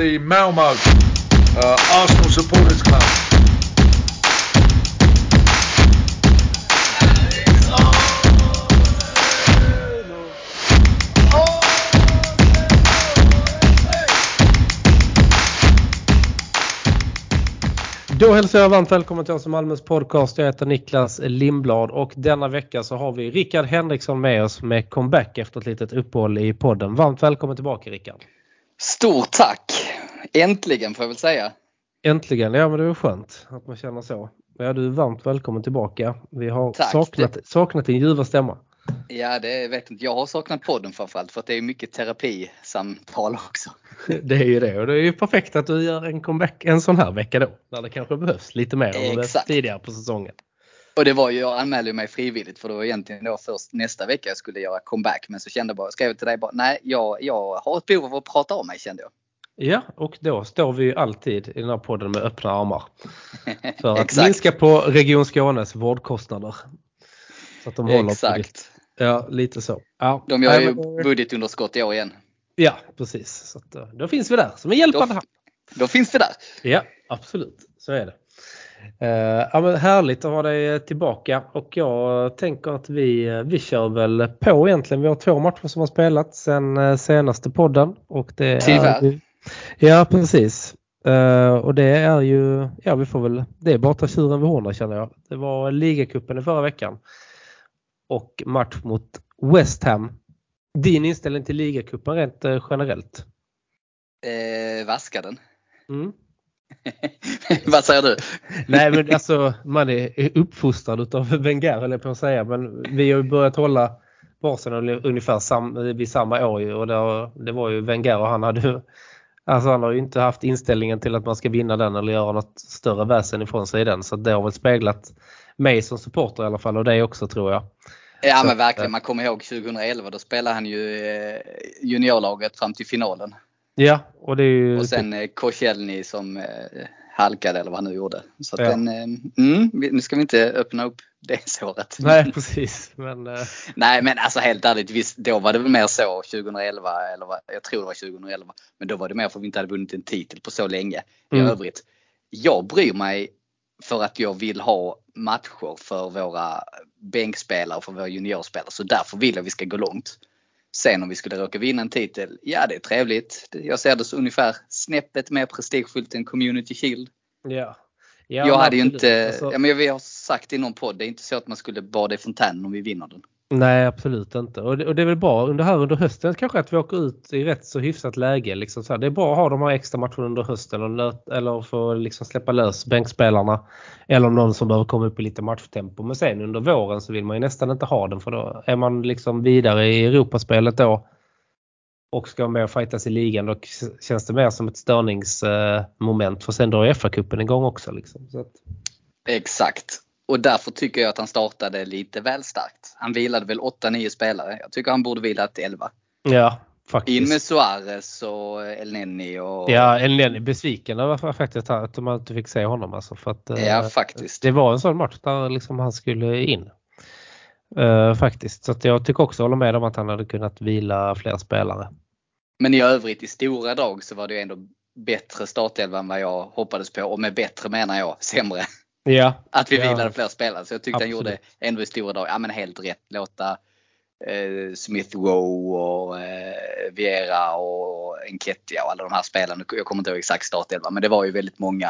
the Malmo Arsenal Supporters Club. Då hälsar jag varmt välkommen till oss som Malmös podcast. Jag heter Niklas Lindblad och denna vecka så har vi Rickard Henriksson med oss med comeback efter ett litet uppehåll i podden. Varmt välkommen tillbaka, Rickard. Stort tack! Äntligen får jag väl säga. Äntligen, ja men det är skönt att man känner så. Ja, du är varmt välkommen tillbaka. Vi har saknat din ljuva stämma. Ja, det vet inte. Jag har saknat podden framförallt för att det är mycket terapisamtal också. Det är ju det och det är ju perfekt att du gör en comeback en sån här vecka då. När det kanske behövs lite mer än vad det tidigare på säsongen. Och det var ju, jag anmälde mig frivilligt för det var egentligen då först nästa vecka jag skulle göra comeback. Men så kände jag bara, skrev till dig bara, nej jag har ett behov av att prata om mig kände jag. Ja, och då står vi ju alltid i den här podden med öppna armar. För att minska på Region Skånes vårdkostnader. Så att de håller exakt. Ja, lite så. Ja. De gör ju budgetunderskott i år igen. Ja, precis. Så att, då finns vi där som en hjälpande hand. Då finns vi där. Ja, absolut. Så är det. Ja, men härligt att ha dig tillbaka. Och jag tänker att vi kör väl på egentligen. Vi har 2 matcher som har spelats sen senaste podden. Och det tyvärr. Ja, precis. Och det är ju, ja vi får väl, det är bara ta tjuren vid hornen känner jag. Det var ligacupen i förra veckan. Och match mot West Ham. Din inställning till ligacupen rent generellt? Vaska den. Mm. Vad säger du? Nej men alltså man är uppfostrad utav Wenger eller på att säga. Men vi har ju börjat hålla basen ungefär vid samma år. Och det var ju Wenger och han har ju inte haft inställningen till att man ska vinna den eller göra något större väsen ifrån sig i den. Så det har väl speglat mig som supporter i alla fall och det också tror jag. Ja men verkligen, man kommer ihåg 2011 då spelade han ju juniorlaget fram till finalen. Ja, och det är ju... Och sen Koscielny som halkade eller vad han nu gjorde. Så att nu ska vi inte öppna upp det såret. Nej, precis. Nej, men alltså helt ärligt, visst, då var det väl mer så 2011, eller jag tror det var 2011. Men då var det mer för att vi inte hade vunnit en titel på så länge. I övrigt, jag bryr mig för att jag vill ha matcher för våra bänkspelare och för våra juniorspelare. Så därför vill jag att vi ska gå långt. Sen om vi skulle råka vinna en titel, ja det är trevligt. Jag ser det så ungefär snäppet mer prestigefullt än Community Shield. Ja. Jag hade ju inte, alltså, vi har sagt i någon podd, det är inte så att man skulle bada i fontänen om vi vinner den. Nej, absolut inte. Och det är väl bra under hösten kanske att vi åker ut i rätt så hyfsat läge. Liksom så här. Det är bra att ha de här extra matcherna under hösten eller få liksom släppa lös bänkspelarna. Eller om någon som behöver komma upp i lite matchtempo. Men sen under våren så vill man ju nästan inte ha den för då är man liksom vidare i Europaspelet då. Och ska med och fightas i ligan då känns det mer som ett störningsmoment för sen då är FA-cupen igång också liksom. Så att... Exakt. Och därför tycker jag att han startade lite väl starkt. Han vilade väl 8-9 spelare. Jag tycker han borde vila till 11. Ja, faktiskt. In med Suarez och Elneny och... Ja, Elneny besviken var faktiskt att man inte fick se honom alltså, för att, ja, faktiskt. Det var en sån match där liksom han skulle in. Faktiskt. Så att jag tycker också hålla med om att han hade kunnat vila fler spelare. Men i övrigt i stora drag så var det ändå bättre startelva än vad jag hoppades på. Och med bättre menar jag sämre. Ja. Att vi vilade fler spelare. Så jag tyckte Absolut. Han gjorde ändå i stora drag. Ja men helt rätt. Låta Smith Rowe och Vieira och Nketiah och alla de här spelarna. Jag kommer inte ihåg exakt startelva. Men det var ju väldigt många.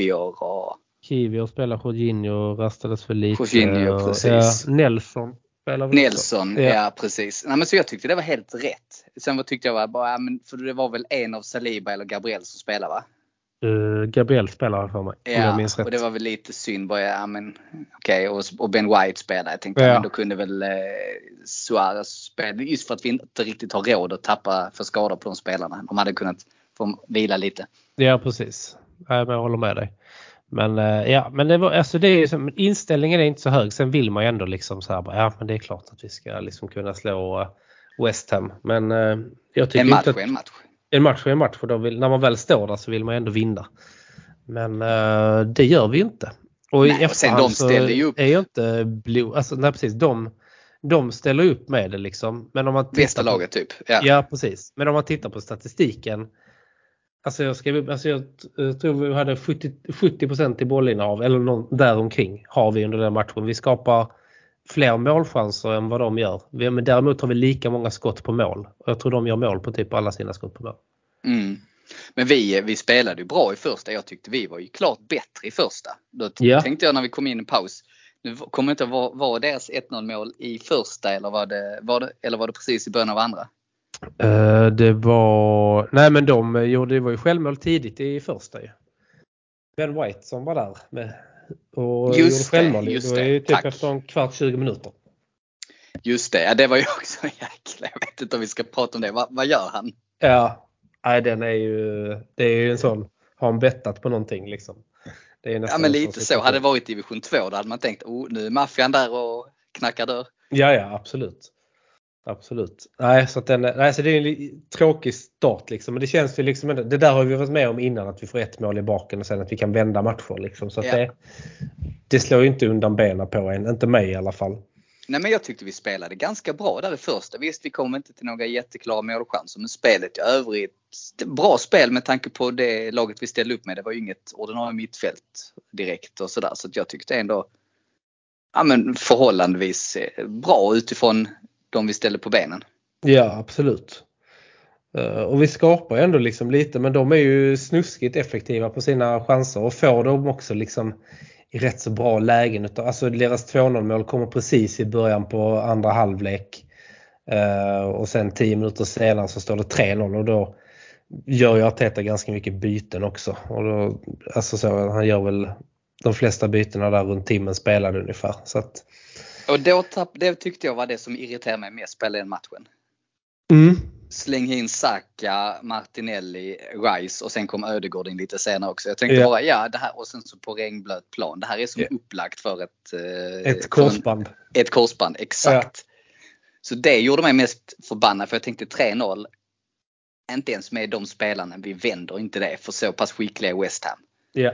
Kiwior spelar Jorginho rastades för lite. Jorginho, precis. Ja, Nelson. Ja precis. Nej, men så jag tyckte det var helt rätt. Sen tyckte jag var bara, för det var väl en av Saliba eller Gabriel som spelade va? Gabriel spelar för mig. Ja, och det var väl lite synd bara, okej. Och Ben White spelade. Jag tänkte, men då kunde väl Suarez spela. Just för att vi inte riktigt har råd att tappa för skador på de spelarna. De hade kunnat få vila lite. Ja, precis. Jag håller med dig. Men det var, alltså det är ju som, inställningen är inte så hög. Sen vill man ju ändå liksom så här, men det är klart att vi ska liksom kunna slå West Ham. Men jag tycker en match är en match. För då när man väl står där så vill man ändå vinna. Men det gör vi inte. Och i efterhand de ställer ju upp. Är ju inte alltså nej precis, de ställer upp med det liksom. Men om man bästa laget typ. Ja, precis. Men om man tittar på statistiken Alltså jag tror vi hade 70% i bollinnehav eller däromkring har vi under den matchen. Vi skapar fler målchanser än vad de gör. Men däremot har vi lika många skott på mål. Jag tror de gör mål på typ alla sina skott på mål. Mm. Men vi spelade ju bra i första. Jag tyckte vi var ju klart bättre i första. Då tänkte jag när vi kom in i paus. Nu kommer inte var deras 1-0 mål i första eller var det precis i början av andra? Det var... Nej men det var ju självmål tidigt i första ju. Ben White som var där med och gjorde självmål. Det var ju typ efter en kvart 20 minuter. Just det, ja, det var ju också jäkla. Jag vet inte om vi ska prata om det. Vad gör han? Ja, nej, det är ju en sån, har han bettat på någonting liksom. Det är ja men lite så, hade det varit division 2 då hade man tänkt, nu är maffian där och knackar dörr. Ja, absolut. Absolut. Nej, så det är en tråkig start liksom. Men det känns ju liksom, det där har vi varit med om innan, att vi får ett mål i baken och sen att vi kan vända matcher liksom. Så att det slår ju inte undan benen på en, inte mig i alla fall. Nej men jag tyckte vi spelade ganska bra där i första. Visst, vi kom inte till några jätteklara målchanser, men spelet i övrigt, bra spel med tanke på det laget vi ställde upp med. Det var ju inget ordinarie mittfält direkt och sådär. Så att jag tyckte ändå förhållandevis bra utifrån de vi ställde på benen. Ja, absolut. Och vi skapar ändå liksom lite, men de är ju snuskigt effektiva på sina chanser och får de också liksom i rätt så bra lägen. Alltså deras 2-0 mål kommer precis i början på andra halvlek. Och sen 10 minuter senare så står det 3-0 och då gör ju Arteta ganska mycket byten också. Och då, alltså så, han gör väl de flesta bytena där runt timmen spelade ungefär. Så att... Och det tyckte jag var det som irriterade mig mest på den matchen. Släng in Saka, Martinelli, Rice och sen kom Ödegård in lite senare också. Jag tänkte bara, det här och sen så på regnblöt plan. Det här är som upplagt för ett korsband. Ett korsband, exakt. Ja. Så det gjorde mig mest förbannad, för jag tänkte 3-0. Inte ens med de spelarna, vi vänder inte det för så pass skickliga i West Ham. Ja.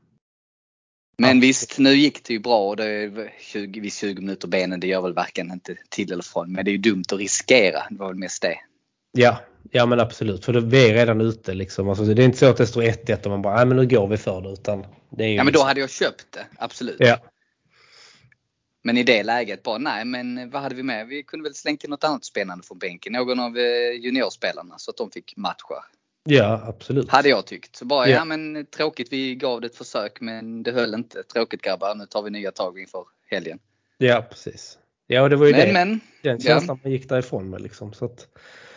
Men visst, nu gick det ju bra och det är 20 minuter benen, det gör väl varken inte till eller från. Men det är ju dumt att riskera, det var väl mest det. Ja men absolut, för vi är redan ute liksom. Alltså, det är inte så att det står 1-1 och man bara, nej men nu går vi för det, utan det är ju men då hade jag köpt det, absolut. Ja. Men i det läget bara, nej men vad hade vi med? Vi kunde väl slängt in något annat spännande från bänken. Någon av juniorspelarna så att de fick matcha. Ja, absolut. Hade jag tyckt. Så bara, men tråkigt, vi gav det ett försök men det höll inte. Tråkigt grabbar, nu tar vi nya tag inför helgen. Ja, precis. Ja, och det var ju den känslan man gick därifrån med liksom. Så att...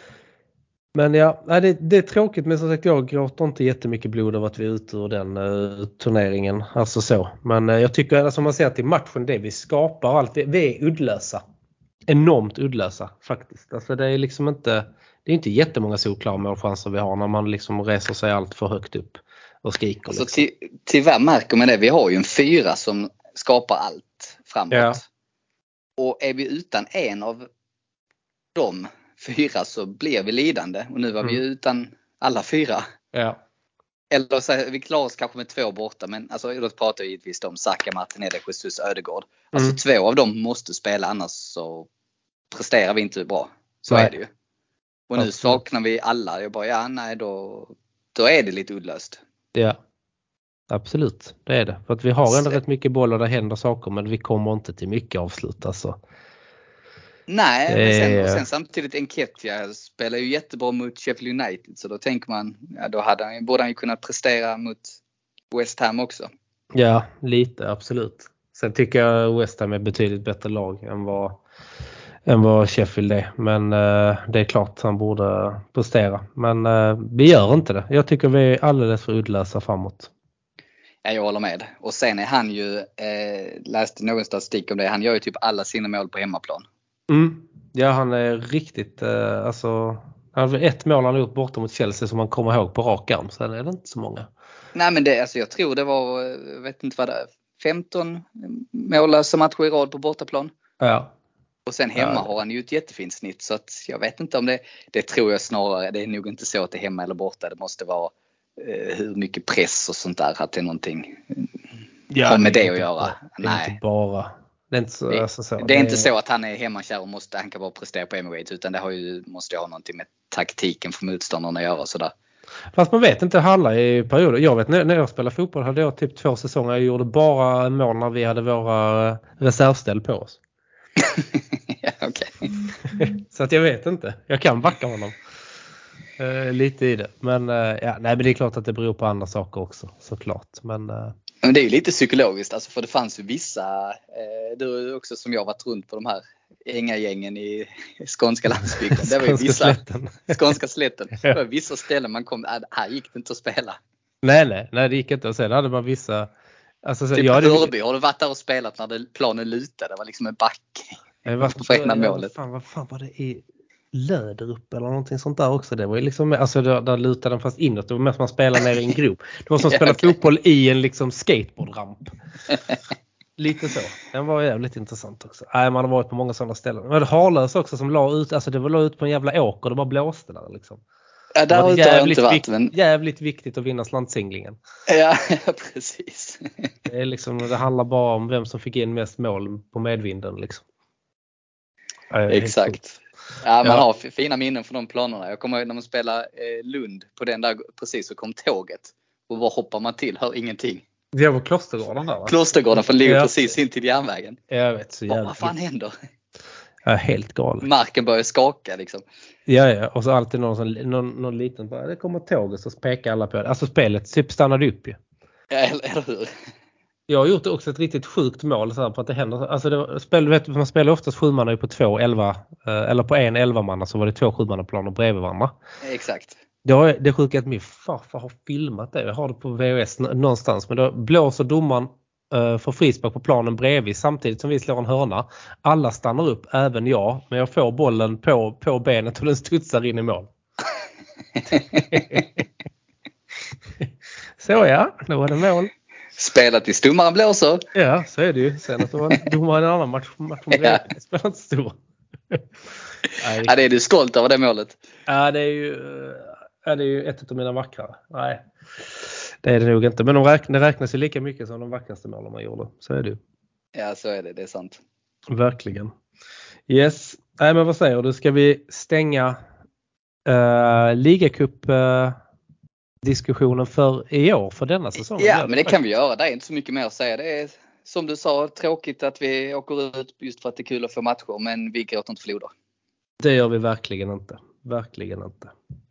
Men det är tråkigt, men som sagt jag gråter inte jättemycket blod av att vi är ute ur den turneringen. Alltså så. Men jag tycker, som man ser till matchen, det vi skapar allt, vi är uddlösa. Enormt uddlösa faktiskt. Alltså det är liksom inte, det är inte jättemånga solklara målchanser vi har när man liksom reser sig allt för högt upp och skriker. Alltså liksom. Tyvärr märker man det, vi har ju en 4 som skapar allt framåt. Ja. Och är vi utan en av dem 4 så blir vi lidande. Och nu var vi utan alla 4. Ja. Eller så vi klarar oss kanske med 2 borta. Men alltså, då pratar jag givetvis om Saka, Martinelli, Jesus, Ödegård. Alltså 2 av dem måste spela, annars så presterar vi inte bra. Så är det ju. Och nu saknar vi alla. Jag bara, då är det lite uddlöst. Ja. Absolut, det är det. För att vi har ändå rätt mycket boll och det händer saker, men vi kommer inte till mycket avslut alltså. Nej, men sen samtidigt Nketiah spelar ju jättebra mot Sheffield United, så då tänker man, då borde han ju kunnat prestera mot West Ham också. Ja, lite, absolut. Sen tycker jag West Ham är betydligt bättre lag än vad Sheffield är. Men det är klart han borde prestera. Men vi gör inte det. Jag tycker vi är alldeles för uddlösa framåt. Jag håller med. Och sen är han ju, läste någon statistik om det, han gör ju typ alla sina mål på hemmaplan. Ja, han är riktigt, alltså, han har 1 mål han har gjort borta mot Chelsea som man kommer ihåg på rak arm. Sen är det inte så många. Nej men jag tror det var, jag vet inte vad det är, 15 mål som matcher i rad på bortaplan. Ja. Och sen hemma har han ju ett jättefint snitt, så att jag vet inte om det tror jag snarare, det är nog inte så att det är hemma eller borta, det måste vara hur mycket press och sånt där, att det är någonting har med det att göra. Nej. Inte bara. Det är inte så, det är inte så att han är hemmakär och han kan bara prestera på Emirates, utan det måste ju ha någonting med taktiken för motståndarna att göra sådär. Fast man vet inte, handla i perioder. Jag vet när jag spelade fotboll hade jag typ 2 säsonger. Jag gjorde bara mål när vi hade våra reservställ på oss. Ja, okej. Så att jag vet inte. Jag kan backa honom. Lite i det. Men men det är klart att det beror på andra saker också. Såklart. Men det är ju lite psykologiskt. Alltså, för det fanns ju vissa, du också som jag varit runt på de här gängen i skånska landsbygden. Det var ju vissa, skånska slätten. Det var vissa ställen man kom, här gick det inte att spela. Nej, det gick inte. Och sen hade man vissa... Alltså, typ Hörby, har du varit där och spelat när planen lutade? Det var liksom en back på ena målet. Vad fan var det i Löderup eller någonting sånt där också? Det var ju liksom, alltså där lutade den fast inåt. Det var mest man spelade ner i en grop. Det var som att spela fotboll i en liksom skateboardramp. Lite så. Den var jävligt intressant också. Man har varit på många sådana ställen. Men det Harlös också som la ut, alltså det var la ut på en jävla åker. Det bara blåste där liksom. Ja, där har jag inte varit. Men... jävligt viktigt att vinna slantsinglingen. Ja, precis. Det är liksom, det handlar bara om vem som fick in mest mål på medvinden liksom. Exakt. Ja, man har fina minnen från de planerna. Jag kommer ihåg när man spelade Lund på den där precis så kom tåget. Och var hoppar man till? Hör ingenting. Det var Klostergården där, va? Klostergården, för ligger precis in till järnvägen. Jag vet, så jävligt. Vad fan händer? Ja, helt galet. Marken börjar skaka liksom. Ja, och så alltid någon liten bara, det kommer tåget så pekar alla på det. Alltså spelet typ stannade upp ju. Ja, eller hur? Jag har gjort också ett riktigt sjukt mål så här, på att det händer. Alltså man spelar oftast 7-manna på 2-11 eller på en 11-manna så var det 2 7-mannaplaner bredvid varandra. Exakt. Det sjuka är att min farfar har filmat det. Jag har det på VHS någonstans. Men då blåser domaren för frispark på planen bredvid samtidigt som vi slår en hörna. Alla stannar upp, även jag. Men jag får bollen på benet och den studsar in i mål. Så ja, då var det mål. Spelat i stummaren blåser. Ja, så är det ju. Sen att det var domaren en annan match det spelar inte stor. Ja, det är du stolt över det målet. Ja, det är ju ett av mina vackrare. Nej, det är det nog inte. Men det räknas ju lika mycket som de vackraste målen man gjorde. Så är det ju. Ja, så är det. Det är sant. Verkligen. Yes. Nej, men vad säger du? Ska vi stänga ligacup diskussionen för i år, för denna säsongen? Ja, men det kan vi göra. Det är inte så mycket mer att säga. Det är som du sa, tråkigt att vi åker ut just för att det är kul att få matcher. Men vi gråter inte förlora. Det gör vi verkligen inte. Verkligen inte.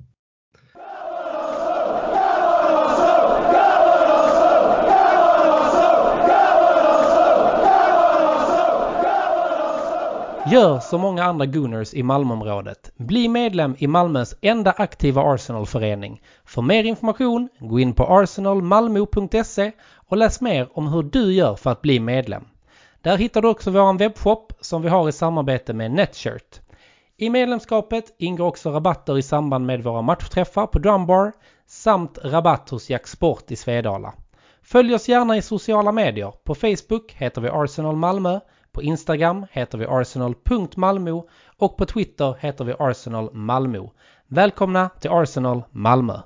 Gör som många andra Gunners i Malmöområdet. Bli medlem i Malmös enda aktiva Arsenal-förening. För mer information, gå in på arsenalmalmo.se och läs mer om hur du gör för att bli medlem. Där hittar du också vår webbshop som vi har i samarbete med Netshirt. I medlemskapet ingår också rabatter i samband med våra matchträffar på Drumbar samt rabatt hos Jack Sport i Svedala. Följ oss gärna i sociala medier. På Facebook heter vi Arsenal Malmö. På Instagram heter vi arsenal.malmo och på Twitter heter vi Arsenal Malmö. Välkomna till Arsenal Malmö.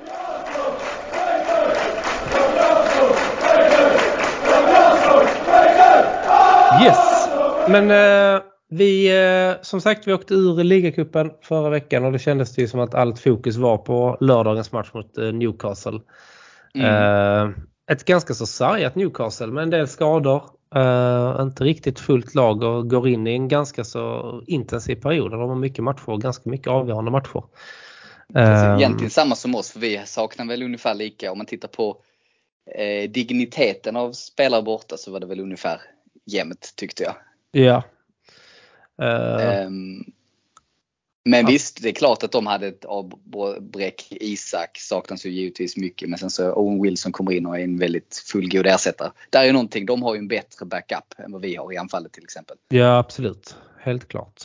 Yes, men vi som sagt vi åkte ur ligacupen förra veckan och det kändes ju som att allt fokus var på lördagens match mot Newcastle. Ett ganska så sargat Newcastle med en del skador. Inte riktigt fullt lag och går in i en ganska så intensiv period. De har mycket matcher, ganska mycket avgörande matcher. Egentligen samma som oss, för vi saknar väl ungefär lika. Om man tittar på digniteten av spelare borta så var det väl ungefär jämnt, tyckte jag. Ja. Men visst, det är klart att de hade ett avbräck. Isak saknas ju givetvis mycket. Men sen så Owen Wilson kommer in och är en väldigt fullgod ersättare. Där är någonting, de har ju en bättre backup än vad vi har i anfallet till exempel. Ja, absolut. Helt klart.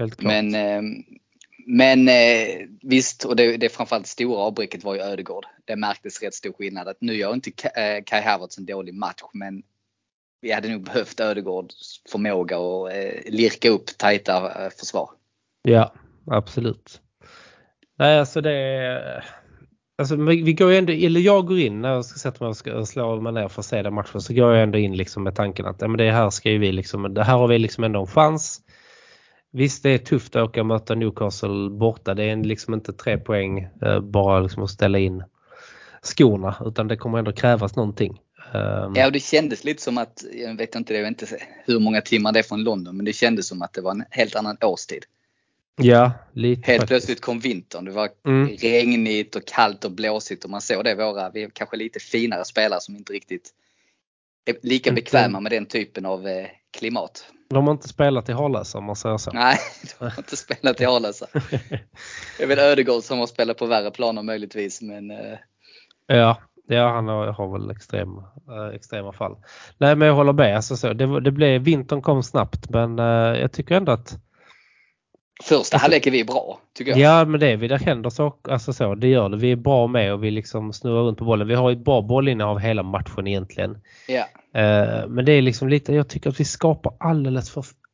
Men visst, och det framförallt stora avbräcket var ju Ödegård. Det märktes rätt stor skillnad. Att nu gör inte Kai Havertz en dålig match, men vi hade nog behövt Ödegårds förmåga att lirka upp tajta försvar. Ja, absolut. Nej, alltså det alltså vi går ju ändå, eller jag går in när jag ska sätta mig och slå mig ner för att se den matchen, så går jag ändå in liksom med tanken att men det här ska ju vi liksom, det här har vi liksom ändå en chans. Visst, det är tufft att åka och möta Newcastle borta. Det är liksom inte 3 poäng bara liksom att ställa in skorna, utan det kommer ändå krävas någonting. Ja, och det kändes lite som att, jag vet inte hur många timmar det är från London, men det kändes som att det var en helt annan årstid. Ja, lite helt faktiskt. Plötsligt kom vintern. Det var regnigt och kallt och blåsigt, och man såg det vi är kanske lite finare spelare som inte riktigt är lika bekväma med den typen av klimat. De har inte spelat i Harlösa, om man säger så. Nej, de har inte spelat i Harlösa. Det är väl Ödegård som har spelat på värre planer möjligtvis, men Ja, han har väl extrema fall. Nej, men jag håller med. Alltså, så, vintern kom snabbt, men jag tycker ändå att första halvlek är vi bra, tycker jag. Ja, men det händer så, alltså så, det gör det. Vi är bra med och vi liksom snurrar runt på bollen. Vi har ett bra bollinnehav hela matchen egentligen. Ja. Men det är liksom lite, jag tycker att vi skapar alldeles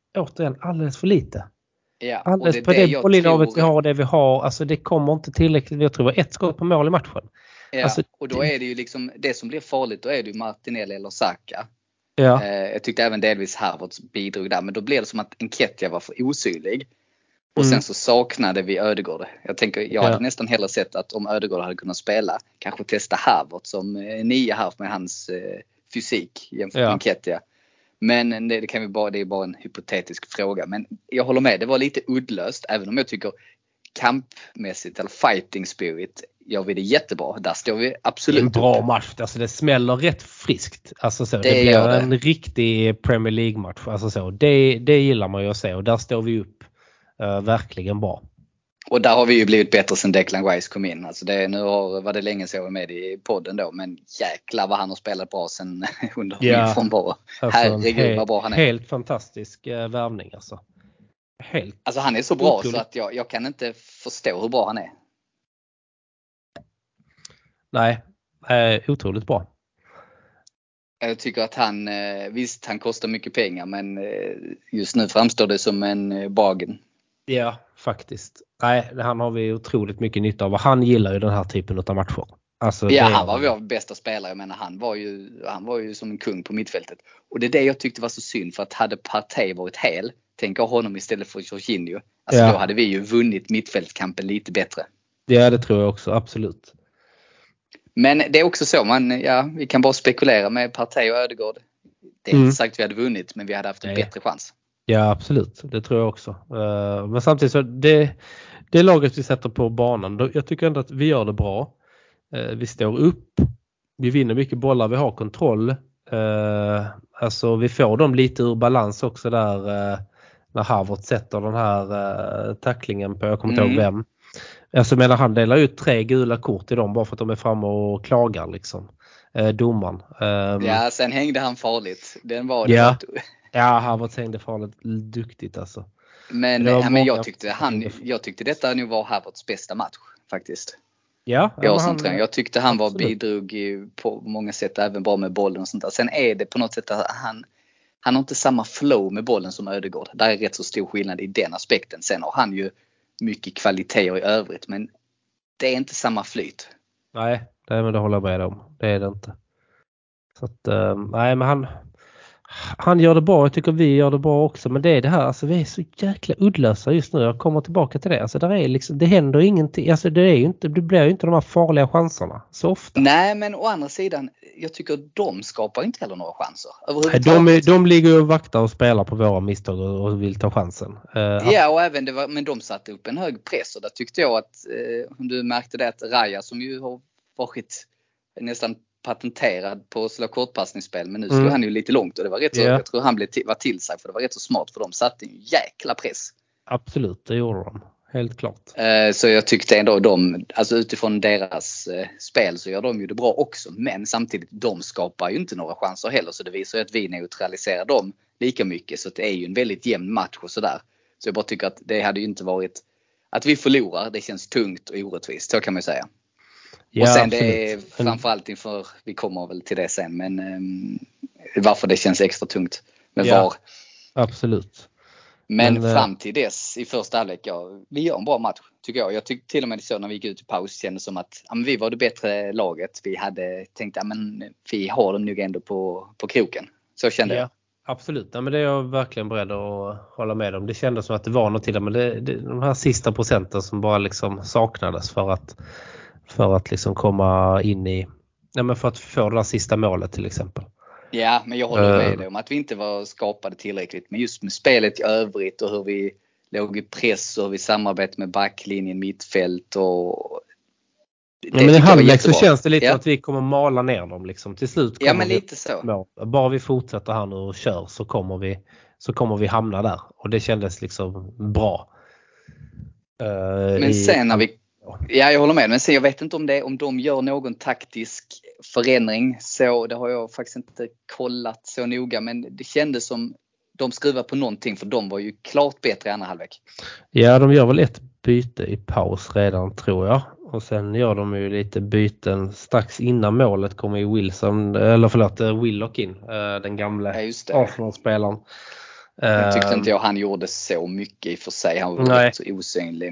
för lite. Ja, alldeles på det bollinnehavet vi har och det vi har. Alltså det kommer inte tillräckligt. Jag tror det var 1 skott på mål i matchen. Ja, alltså, och då är det ju liksom det som blir farligt, då är det ju Martinelli eller Saka. Ja. Jag tyckte även delvis Havertz bidrog där, men då blev det som att Nketiah var för osynlig. Och sen så saknade vi Ödegård. Jag hade nästan hellre sett att om Ödegård hade kunnat spela, kanske testa Havertz som 9 här med hans fysik jämfört med Nketiah. Men det är bara en hypotetisk fråga. Men jag håller med, det var lite uddlöst, även om jag tycker kampmässigt eller fighting spirit gör vi det jättebra. Där står vi absolut. Det är en bra match. Alltså det smäller rätt friskt. Alltså så, det blir en riktig Premier League-match. Alltså så, det gillar man ju att se. Och där står vi upp verkligen bra. Och där har vi ju blivit bättre sen Declan Rice kom in. Alltså var det länge sedan jag var med i podden då. Men jäklar vad han har spelat bra sen under min frånvaro. Alltså, herregud vad bra han är. Helt fantastisk värvning alltså. Alltså han är så bra otroligt. Så att jag kan inte förstå hur bra han är. Nej, otroligt bra. Jag tycker att han kostar mycket pengar, men just nu framstår det som en bargain. Ja, faktiskt. Nej, han har vi otroligt mycket nytta av. Och han gillar ju den här typen av matcher. Alltså, han var vår bästa spelare. Jag menar, han var ju som en kung på mittfältet. Och det är det jag tyckte var så synd, för att hade Partey varit hel, tänk honom istället för Jorginho. Alltså då hade vi ju vunnit mittfältkampen lite bättre. Ja, det tror jag också, absolut. Men det är också så, vi kan bara spekulera med Partey och Ödegård. Det är inte sagt att vi hade vunnit, men vi hade haft en bättre chans. Ja, absolut. Det tror jag också. Men samtidigt så det laget vi sätter på banan, jag tycker ändå att vi gör det bra. Vi står upp. Vi vinner mycket bollar. Vi har kontroll. Alltså vi får dem lite ur balans också där när Havertz sätter den här tacklingen på, jag kommer inte ihåg vem. Alltså menar han delar ut 3 gula kort i dem bara för att de är framme och klagar liksom. Domaren. Ja, sen hängde han farligt. Den var det. Ja, Havertz hängde farligt duktigt alltså. Men jag tyckte detta nu var Havertz bästa match faktiskt. Ja, jag tyckte han bidrog på många sätt, även bra med bollen och sånt där. Sen är det på något sätt att han har inte samma flow med bollen som Ödegård. Där är rätt så stor skillnad i den aspekten. Sen har han ju mycket kvaliteter i övrigt, men det är inte samma flyt. Nej, men det håller jag med om. Det är det inte. Så att, nej, men han gör det bra. Jag tycker vi gör det bra också. Men det är det här. Alltså vi är så jäkla uddlösa just nu. Jag kommer tillbaka till det. Alltså där är liksom, det händer ingenting. Alltså det blir ju inte de här farliga chanserna så ofta. Nej, men å andra sidan, jag tycker de skapar inte heller några chanser. De ligger och vaktar och spelar på våra misstag och vill ta chansen. Ja, och även men de satte upp en hög press. Och där tyckte jag att, om du märkte det, att Raja som ju har varit nästan patenterad på att slå kortpassningsspel, men nu slog han ju lite långt och det var rätt så, jag tror han var till sig, för det var rätt så smart, för de satte en jäkla press. Absolut, det gjorde de. Helt klart. Så jag tyckte ändå alltså utifrån deras spel så gör de ju det bra också, men samtidigt de skapar ju inte några chanser heller, så det visar ju att vi neutraliserar dem lika mycket, så det är ju en väldigt jämn match och sådär. Så jag bara tycker att det hade ju inte varit att vi förlorar, det känns tungt och orättvist, så kan man ju säga. Ja, och sen absolut. Det är framförallt inför, vi kommer väl till det sen, men varför det känns extra tungt med VAR. Absolut. Men fram till dess i första halvlek, vi gör en bra match tycker jag. Jag tyckte till och med så när vi gick ut i paus kändes som att vi var det bättre laget. Vi hade tänkt att vi har dem nog ändå på kroken. Så kände jag. absolut. Ja, men det är jag verkligen beredd att hålla med om. Det kändes som att det var något till det, men de här sista procenten som bara liksom saknades för att liksom komma in i, ja, men för att få det där sista målet till exempel. Ja, men jag håller med dig om att vi inte var skapade tillräckligt. Men just med spelet i övrigt och hur vi låg i press och hur vi samarbetade med backlinjen, mittfält och... Men i halvlek så känns det lite att vi kommer mala ner dem liksom. Till slut kommer men lite så. Bara vi fortsätter här nu och kör så kommer vi hamna där. Och det kändes liksom bra. Men sen när vi... Ja, jag håller med. Men sen jag vet inte om de gör någon taktisk förändring. Så det har jag faktiskt inte kollat så noga. Men det kändes som de skruvar på någonting, för de var ju klart bättre i andra halvlek. Ja, de gör väl ett byte i paus redan, tror jag. Och sen gör de ju lite byten strax innan målet kommer ju Willock in, den gamla Arsenal-spelaren. Jag tyckte inte han gjorde så mycket i och för sig. Han var rätt osynlig,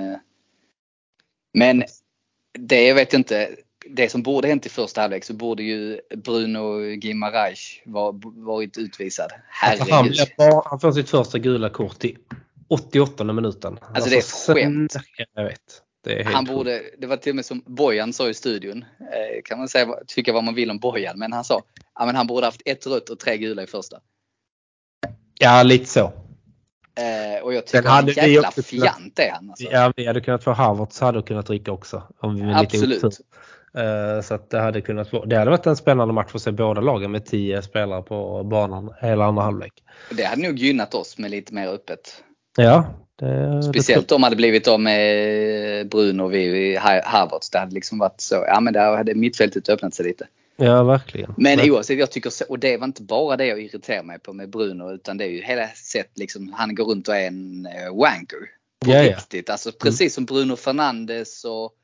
men det, jag vet inte, det som borde hänt i första halvlek, så borde ju Bruno Guimaraes varit utvisad. Herregud. Han får sitt första gula kort i 88 minuten. Alltså det är ett skämt. Jag vet. Det var till och med som Bojan sa i studion. Kan man tycka vad man vill om Bojan, men han sa att han borde haft 1 rött och 3 gula i första. Ja, lite så. Och jag tycker han är jäkla fjant är han. Alltså. Ja, vi hade kunnat få Havertz, hade kunnat rycka också. Om vi absolut. Lite så att det hade varit en spännande match för att se båda lagen med 10 spelare på banan hela andra halvlek. Det hade nog gynnat oss med lite mer öppet. Ja. Speciellt om det hade blivit av med Bruno och vi Havertz. Det hade liksom varit så. Ja, men där hade mittfältet öppnat sig lite. Ja, verkligen. Men oavsett, jag tycker så, och det var inte bara det jag irriterar mig på med Bruno, utan det är ju hela sätt liksom, han går runt och är en wanker. På riktigt. Alltså precis som Bruno Fernandes och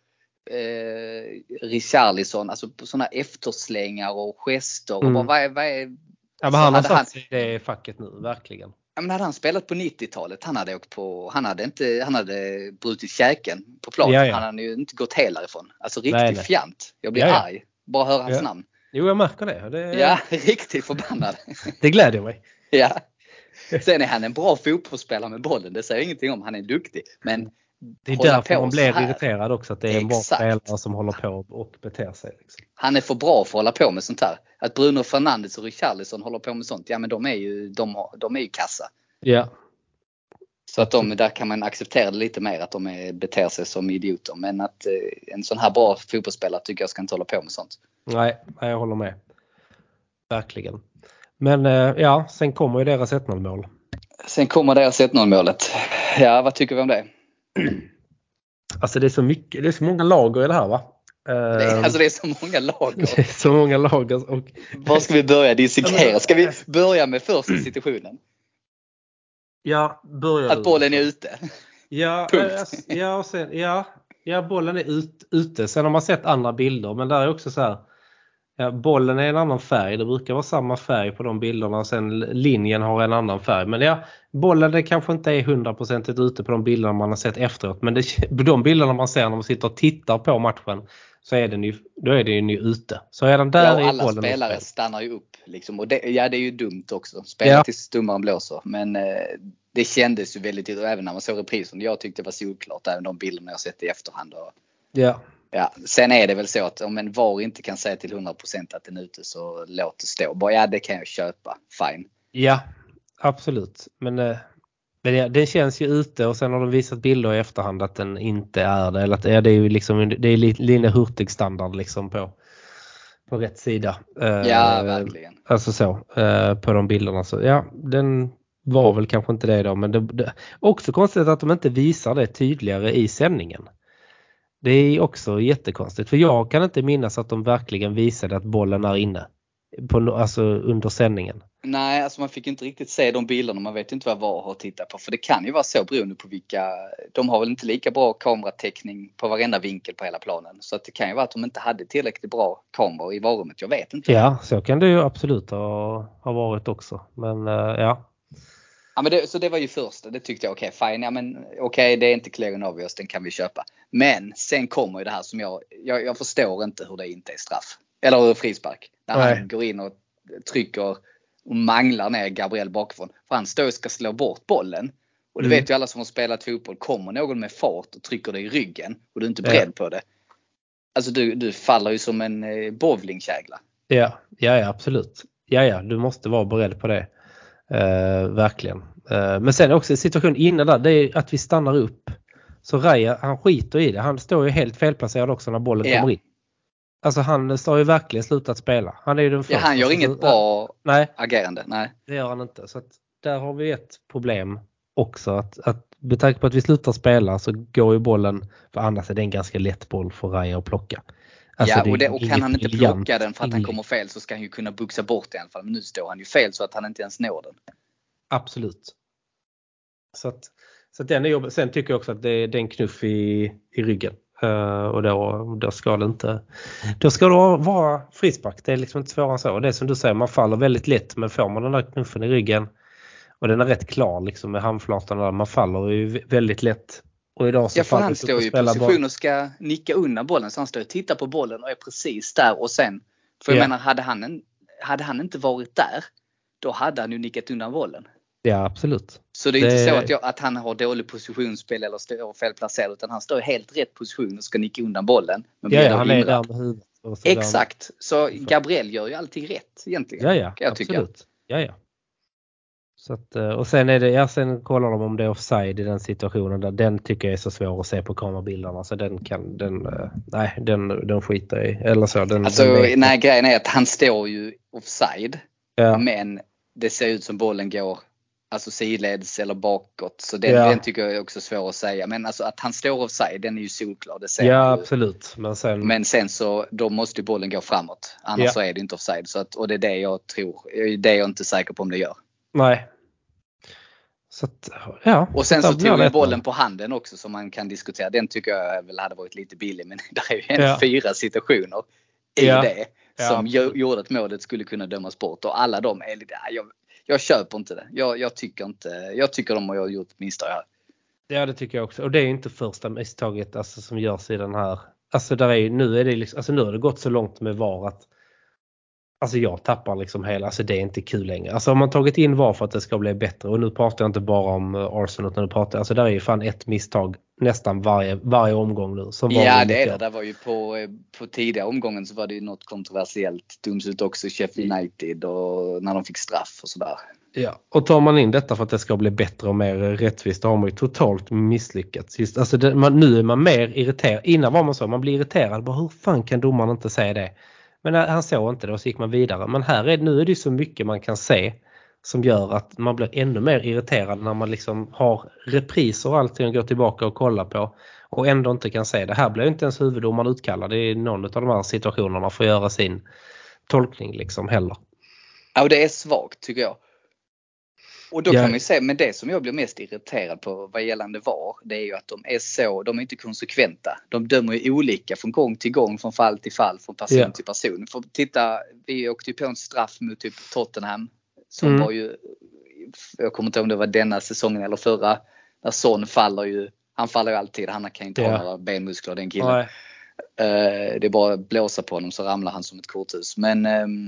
Richarlison, alltså sådana efterslängar och gester och vad är... Ja, men han har satt sig i det facket nu, verkligen. Ja, men hade han spelat på 90-talet, han hade brutit käken på plan. Ja. Han hade ju inte gått hela ifrån. Alltså riktigt fjant. Jag blir arg. Bara höra hans namn. Jo, jag märker det. Ja, riktigt förbannad. Det gläder mig. Ja. Sen är han en bra fotbollsspelare med bollen. Det säger ingenting om. Han är duktig. Men det är därför man blir irriterad också. Att det är en bra spelare som håller på och beter sig. Liksom. Han är för bra för att hålla på med sånt här. Att Bruno Fernandes och Richarlison håller på med sånt. Ja, men de är ju kassa. Ja. Så att där kan man acceptera det lite mer, att de beter sig som idioter. Men att en sån här bra fotbollsspelare tycker jag ska inte hålla på med sånt. Nej, jag håller med. Verkligen. Men sen kommer ju deras 1-0-mål. Sen kommer deras 1-0-målet. Ja, vad tycker vi om det? Alltså det är så många lager i det här, va? Det är så många lager. Det är så många lager. Och... Var ska vi börja dissekera? Ska vi börja med första situationen? Ja, att bollen är ute. Ja, bollen är ute. Sen har man sett andra bilder, men där är också så här, bollen är en annan färg. Det brukar vara samma färg på de bilderna och sen linjen har en annan färg. Men bollen det kanske inte är 100% ute på de bilderna man har sett efteråt, men de bilderna man ser när man sitter och tittar på matchen, så är den ju ute. Så är den där i alla bollen. spelare stannar ju upp liksom, och det är ju dumt också. Spela tills domaren blåser, men det kändes ju väldigt, och även när man såg reprisen, jag tyckte det var solklart, även de bilderna jag sett i efterhand. Ja, sen är det väl så att om en VAR inte kan säga till 100% att den är ute, så låt det stå. Bara det kan jag köpa, fine. Ja, absolut. Men den känns ju ute, och sen har de visat bilder i efterhand att den inte är det. Eller att det är ju liksom, det är Lina Hurtig standard liksom på rätt sida. Ja, verkligen. Alltså så, på de bilderna. Så ja, den var väl kanske inte det då. Men det också konstigt att de inte visar det tydligare i sändningen. Det är också jättekonstigt. För jag kan inte minnas att de verkligen visade att bollen är inne. Alltså under sändningen. Nej, alltså man fick inte riktigt se de bilderna. Man vet inte vad VAR har tittat på. För det kan ju vara så beroende på vilka... De har väl inte lika bra kameratäckning på varenda vinkel på hela planen. Så att det kan ju vara att de inte hade tillräckligt bra kameror i varummet. Jag vet inte. Ja, så kan det ju absolut ha varit också. Men ja. Ja, men så det var ju första. Det tyckte jag fine. Ja, men okej, det är inte clear and obvious. Den kan vi köpa. Men sen kommer ju det här som jag förstår inte hur det inte är straff. Eller frispark. När han går in och trycker och manglar ner Gabriel bakifrån. För han står och ska slå bort bollen. Och det vet ju alla som har spelat fotboll. Kommer någon med fart och trycker dig i ryggen och du är inte beredd på det. Alltså du faller ju som en bowlingkägla. Ja, absolut. Ja, du måste vara beredd på det. Verkligen. Men sen också situation innan där, det är att vi stannar upp. Så Raya, han skiter i det. Han står ju helt felplacerad också när bollen kommer in. Alltså han står ju verkligen slutat spela. Han är ju den första. Ja, han gör inget bra agerande. Nej, det gör han inte. Så att där har vi ett problem också. Att med tanke på att vi slutar spela så går ju bollen, för annars är det en ganska lätt boll för Raya att plocka. Alltså och kan han inte plocka den för att han kommer fel så ska han ju kunna buxa bort den i alla fall. Men nu står han ju fel så att han inte ens når den. Absolut. Så att den är jobbig. Sen tycker jag också att det är en knuff i ryggen. Och då ska det inte. Då ska det vara frispark. Det är liksom inte svårare än så. Och det är som du säger, man faller väldigt lätt. Men får man den där knuffen i ryggen och den är rätt klar liksom med handflatan där, man faller ju väldigt lätt. Och idag så han står ju i position och ska nicka undan bollen. Så han står och tittar på bollen och är precis där. Och sen, för jag menar, hade han inte varit där, då hade han ju nickat undan bollen. Ja, absolut. Så det är inte så att han har dålig positionsspel eller står felplacerad, utan han står i helt rätt position och ska nicka undan bollen. Men han är där med huvudet. Exakt. Så Gabriel gör ju alltid rätt egentligen. Ja, absolut. Ja. Så att, och sen är det, sen kollar de om det är offside i den situationen där. Den tycker jag är så svår att se på kamerabilderna, så den skiter i. Eller så, grejen är att han står ju offside. Ja. Men det ser ut som bollen går alltså sidleds eller bakåt. Så den tycker jag är också svår att säga. Men alltså att han står offside, den är ju solklar. Det ser man ju. Absolut. Men sen så då måste ju bollen gå framåt. Annars så är det inte offside. Så att, och det är det jag tror. Det är jag inte säker på om det gör. Nej. Så att, och sen så tog jag bollen på handen också som man kan diskutera. Den tycker jag väl hade varit lite billig. Men det är ju ändå 4 situationer i det som gjorde att målet skulle kunna dömas bort. Och alla de är lite... Jag köper inte det. Jag tycker de har gjort misstag här. Ja, det tycker jag också. Och det är inte första misstaget alltså, som görs i den här. Alltså nu är det liksom, alltså nu har det gått så långt med VAR att alltså jag tappar liksom hela, alltså det är inte kul längre. Alltså om man tagit in VAR för att det ska bli bättre, och nu pratar jag inte bara om Arsenal utan nu pratar jag, alltså där är ju fan ett misstag nästan varje omgång nu. Som ja, det är det. Där var ju på tidiga omgången så var det ju något kontroversiellt. Döms ut också Sheffield United och när de fick straff och sådär. Ja, och tar man in detta för att det ska bli bättre och mer rättvist, då har man ju totalt misslyckats. Just, alltså nu är man mer irriterad. Innan var man så, man blir irriterad. Bara, hur fan kan domaren inte säga det? Men han såg inte det och så gick man vidare. Men nu är det så mycket man kan se som gör att man blir ännu mer irriterad när man liksom har repriser och allting att gå tillbaka och kolla på och ändå inte kan se det. Här blir inte ens huvuddomaren utkallad i någon av de här situationerna för att göra sin tolkning liksom heller. Ja, och det är svagt tycker jag. Och då kan man ju säga, men det som jag blir mest irriterad på vad gällande VAR, det är ju att de är inte konsekventa. De dömer ju olika från gång till gång, från fall till fall, från person till person. För titta, vi åkte ju på en straff mot typ Tottenham som var ju, jag kommer inte ihåg om det var denna säsongen eller förra, där Son han faller ju alltid, han kan ju inte ha några benmuskler, den killen. Det är bara att blåsa på honom så ramlar han som ett korthus. Men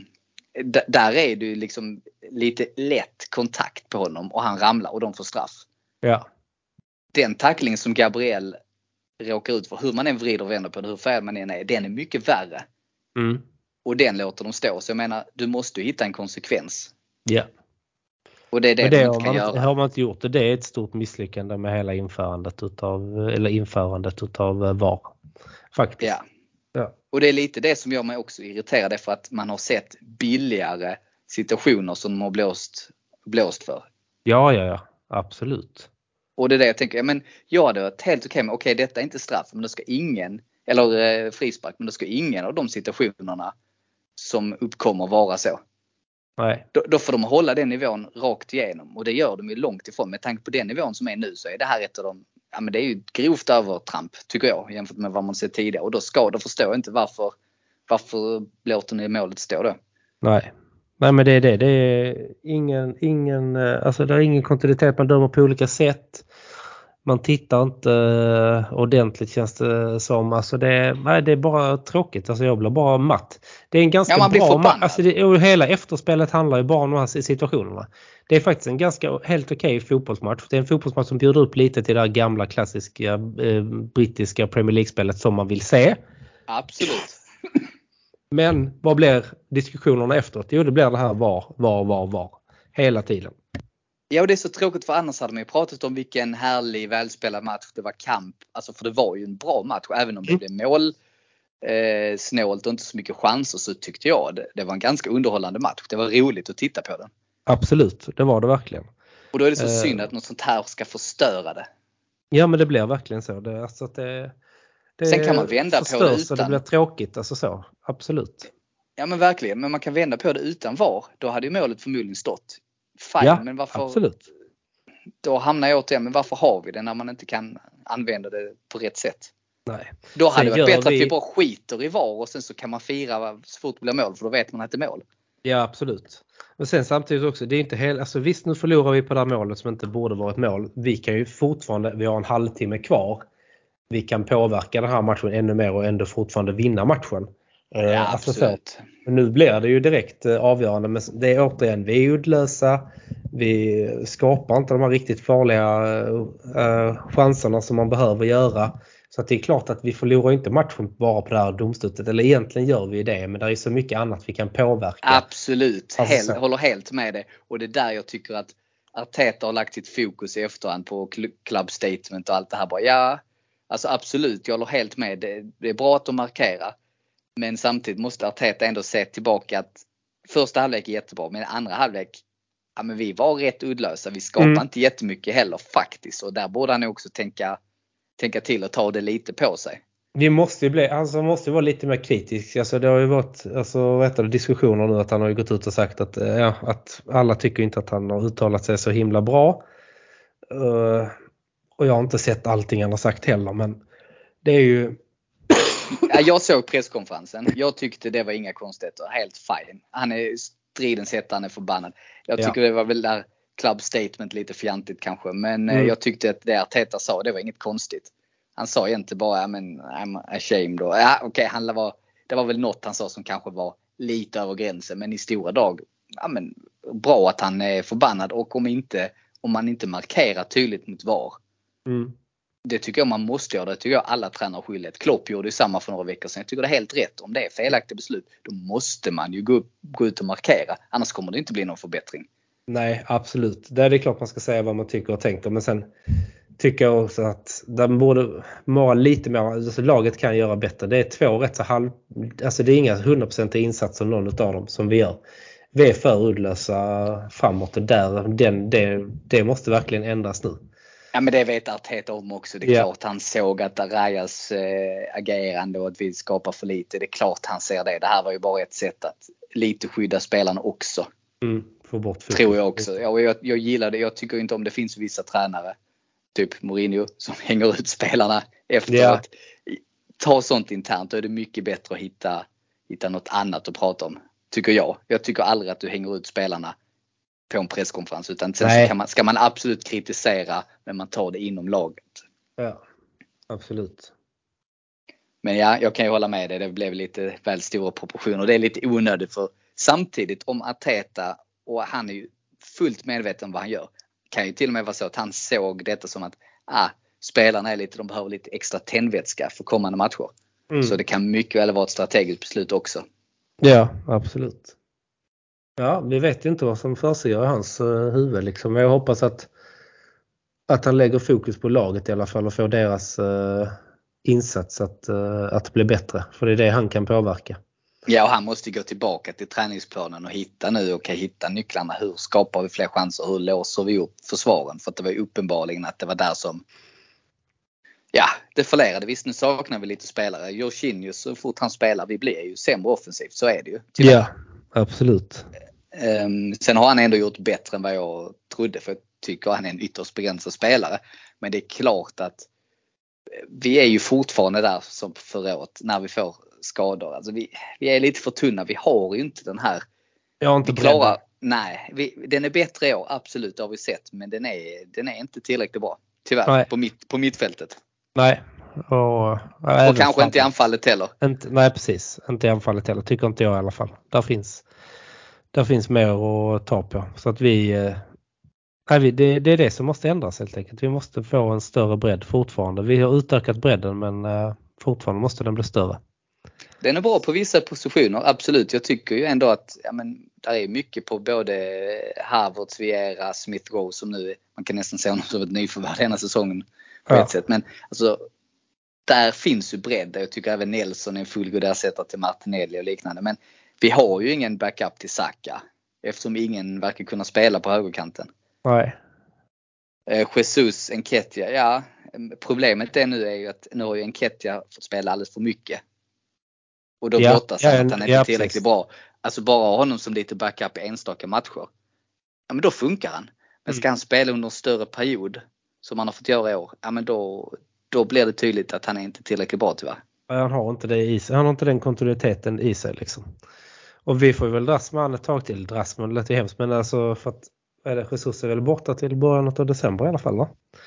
där är det ju liksom lite lätt kontakt på honom och han ramlar och de får straff. Ja. Den tackling som Gabriel råkar ut för, hur man än vrider och vänder på det, hur färd man än är, den är mycket värre. Och den låter de stå. Så jag menar, du måste ju hitta en konsekvens. Ja. Och det är det de inte kan göra. Har man inte gjort det, det är ett stort misslyckande med hela införandet utav VAR. Faktiskt. Ja. Och det är lite det som gör mig också irriterad, för att man har sett billigare situationer som de har blåst för. Ja, absolut. Och det är det jag tänker, men det är helt okej, men okej, detta är inte straff, men då ska ingen, eller frispark, men då ska ingen av de situationerna som uppkommer vara så. Nej. Då får de hålla den nivån rakt igenom, och det gör de ju långt ifrån. Med tanke på den nivån som är nu så är det här ett av de, men det är ju ett grovt övertramp tycker jag, jämfört med vad man sett tidigare. Och då förstår jag inte varför låter ni målet stå då. Nej, men det är det. Det är ingen, alltså det är ingen kontinuitet, man dömer på olika sätt. Man tittar inte ordentligt, känns det som. Alltså det är bara tråkigt. Alltså jag blir bara matt. Det är en ganska man blir bra förbannad. alltså och hela efterspelet handlar ju bara om de här situationerna. Det är faktiskt en ganska helt okej fotbollsmatch. Det är en fotbollsmatch som bjuder upp lite till det här gamla klassiska brittiska Premier League-spelet som man vill se. Absolut. Men vad blir diskussionerna efteråt? Jo, det blir det här var. Hela tiden. Ja, och det är så tråkigt för annars hade man ju pratat om vilken härlig välspelad match. Det var kamp. Alltså för det var ju en bra match. Även om det blev mål snålt och inte så mycket chanser så tyckte jag det var en ganska underhållande match. Det var roligt att titta på den. Absolut, det var det verkligen. Och då är det så synd att något sånt här ska förstöra det. Ja, men det blir verkligen så. Alltså att det sen kan man vända på det utan. Det blir tråkigt, alltså så. Absolut. Ja, men verkligen. Men man kan vända på det utan VAR. Då hade ju målet förmodligen stått. Fine, ja, men varför? Absolut. Då hamnar jag återigen, men varför har vi det när man inte kan använda det på rätt sätt? Nej. Då hade det varit bättre att vi bara skiter i VAR och sen så kan man fira så fort det blir mål för då vet man att det är mål. Ja, absolut. Men sen samtidigt också, det är inte helt, alltså visst nu förlorar vi på det här målet som inte borde vara ett mål. Vi kan ju fortfarande, vi har en halvtimme kvar. Vi kan påverka den här matchen ännu mer och ändå fortfarande vinna matchen. Ja, absolut. Alltså så. Nu blir det ju direkt avgörande, men det är återigen, vi är uddlösa. Vi skapar inte de här riktigt farliga chanserna som man behöver göra. Så att det är klart att vi förlorar inte matchen bara på det här domslutet. Eller egentligen gör vi det, men det är så mycket annat vi kan påverka. Absolut, alltså, håller helt med det. Och det är där jag tycker att Arteta har lagt sitt fokus i efterhand på club statement och allt det här. Bara, ja, alltså absolut, jag håller helt med. Det är bra att de markerar. Men samtidigt måste Arteta ändå se tillbaka att första halvlek är jättebra, men andra halvlek, ja, men vi var rätt uddlösa. Vi skapade inte jättemycket heller faktiskt. Och där borde han också tänka till och ta det lite på sig. Vi måste ju måste vara lite mer kritisk. Alltså det har ju varit diskussioner nu att han har ju gått ut och sagt att alla tycker inte att han har uttalat sig så himla bra. Och jag har inte sett allting han har sagt heller, men det är ju... Jag såg presskonferensen. Jag tyckte det var inga konstigheter. Helt fine. Han är stridens hetta, han är förbannad. Jag tycker det var väl där club statement lite fjantigt kanske. Men jag tyckte att det Arteta sa, det var inget konstigt. Han sa egentligen bara, I'm ashamed. Ja, okej, det var väl något han sa som kanske var lite över gränsen. Men i stora dag, bra att han är förbannad. Och om man inte markerar tydligt mot VAR. Det tycker jag man måste göra. Det tycker jag alla tränare skyldighet. Klopp gjorde ju samma för några veckor sedan. Jag tycker det är helt rätt. Om det är felaktigt beslut, då måste man ju gå ut och markera. Annars kommer det inte bli någon förbättring. Nej, absolut. Det är klart man ska säga vad man tycker och tänker. Men sen tycker jag också att den borde vara lite mer, alltså laget kan göra bättre. Det är 2 rätt så alltså det är inga 100% insatser någon av dem som vi gör. Vi är för uddlösa framåt och det måste verkligen ändras nu. Ja, men det vet Arteta om också. Det är klart han såg att Rajas agerande och att vi skapar för lite. Det är klart han ser det. Det här var ju bara ett sätt att lite skydda spelarna också. Få bort tror jag också. Jag gillar det. Jag tycker inte om det finns vissa tränare. Typ Mourinho som hänger ut spelarna efteråt. Ta sånt internt. Då är det mycket bättre att hitta något annat att prata om. Tycker jag. Jag tycker aldrig att du hänger ut spelarna på en presskonferens. Utan sen så ska man absolut kritisera, men man tar det inom laget. Ja, absolut. Men jag kan ju hålla med dig. Det blev lite väl stora proportioner. Det är lite onödigt för samtidigt om Arteta, och han är ju fullt medveten om vad han gör. Kan ju till och med vara så att han såg detta som att spelarna de behöver lite extra tändvätska för kommande matcher. Så det kan mycket väl vara ett strategiskt beslut också. Ja, absolut. Ja, vi vet ju inte vad som försiggår i hans huvud liksom. Jag hoppas att han lägger fokus på laget i alla fall och får deras insats att bli bättre. För det är det han kan påverka. Ja, och han måste gå tillbaka till träningsplanen och hitta nycklarna. Hur skapar vi fler chanser? Hur låser vi upp försvaren? För att det var uppenbarligen att det var där som det förlorade. Visst, nu saknar vi lite spelare. Jorginho, så fort han spelar, vi blir ju sämre offensivt. Så är det ju. Ja, absolut. Sen har han ändå gjort bättre än vad jag trodde. För jag tycker han är en ytterst begränsad spelare. Men det är klart att vi är ju fortfarande där som förra året när vi får skador. Alltså vi är lite för tunna. Vi har ju inte den här. Jag har inte den är bättre i år, absolut, det har vi sett. Men den är inte tillräckligt bra. tyvärr, på mittfältet. Nej. Och kanske inte i anfallet heller. Nej, precis. Inte i anfallet heller, tycker inte jag i alla fall. Där finns mer att ta på. Så att det är det som måste ändras helt enkelt. Vi måste få en större bredd fortfarande. Vi har utökat bredden, men fortfarande måste den bli större. Den är bra på vissa positioner, absolut. Jag tycker ju ändå att där är mycket på både Havertz, Vieira, Smith Rowe som nu man kan nästan säga honom som ett nyförvärv denna säsongen på ett sätt. Men alltså, där finns ju bredd. Jag tycker även Nelson är en fullgod ersättare till Martinelli och liknande. Men vi har ju ingen backup till Saka eftersom ingen verkar kunna spela på högerkanten. Nej. Jesus, Nketiah, ja. Problemet är ju att nu har ju Nketiah fått spela alldeles för mycket. Och då blottas att han inte är tillräckligt bra. Alltså bara honom som lite backup i enstaka matcher. Ja, men då funkar han. Men ska han spela under en större period som han har fått göra i år, ja men då blir det tydligt att han är inte tillräckligt bra tyvärr. Han har inte det i sig. Han har inte den kontinuiteten i sig liksom. Och vi får väl dras med han ett tag till. Dras med lite hemskt. Men alltså för att Jesus är väl borta till början av december i alla fall, va?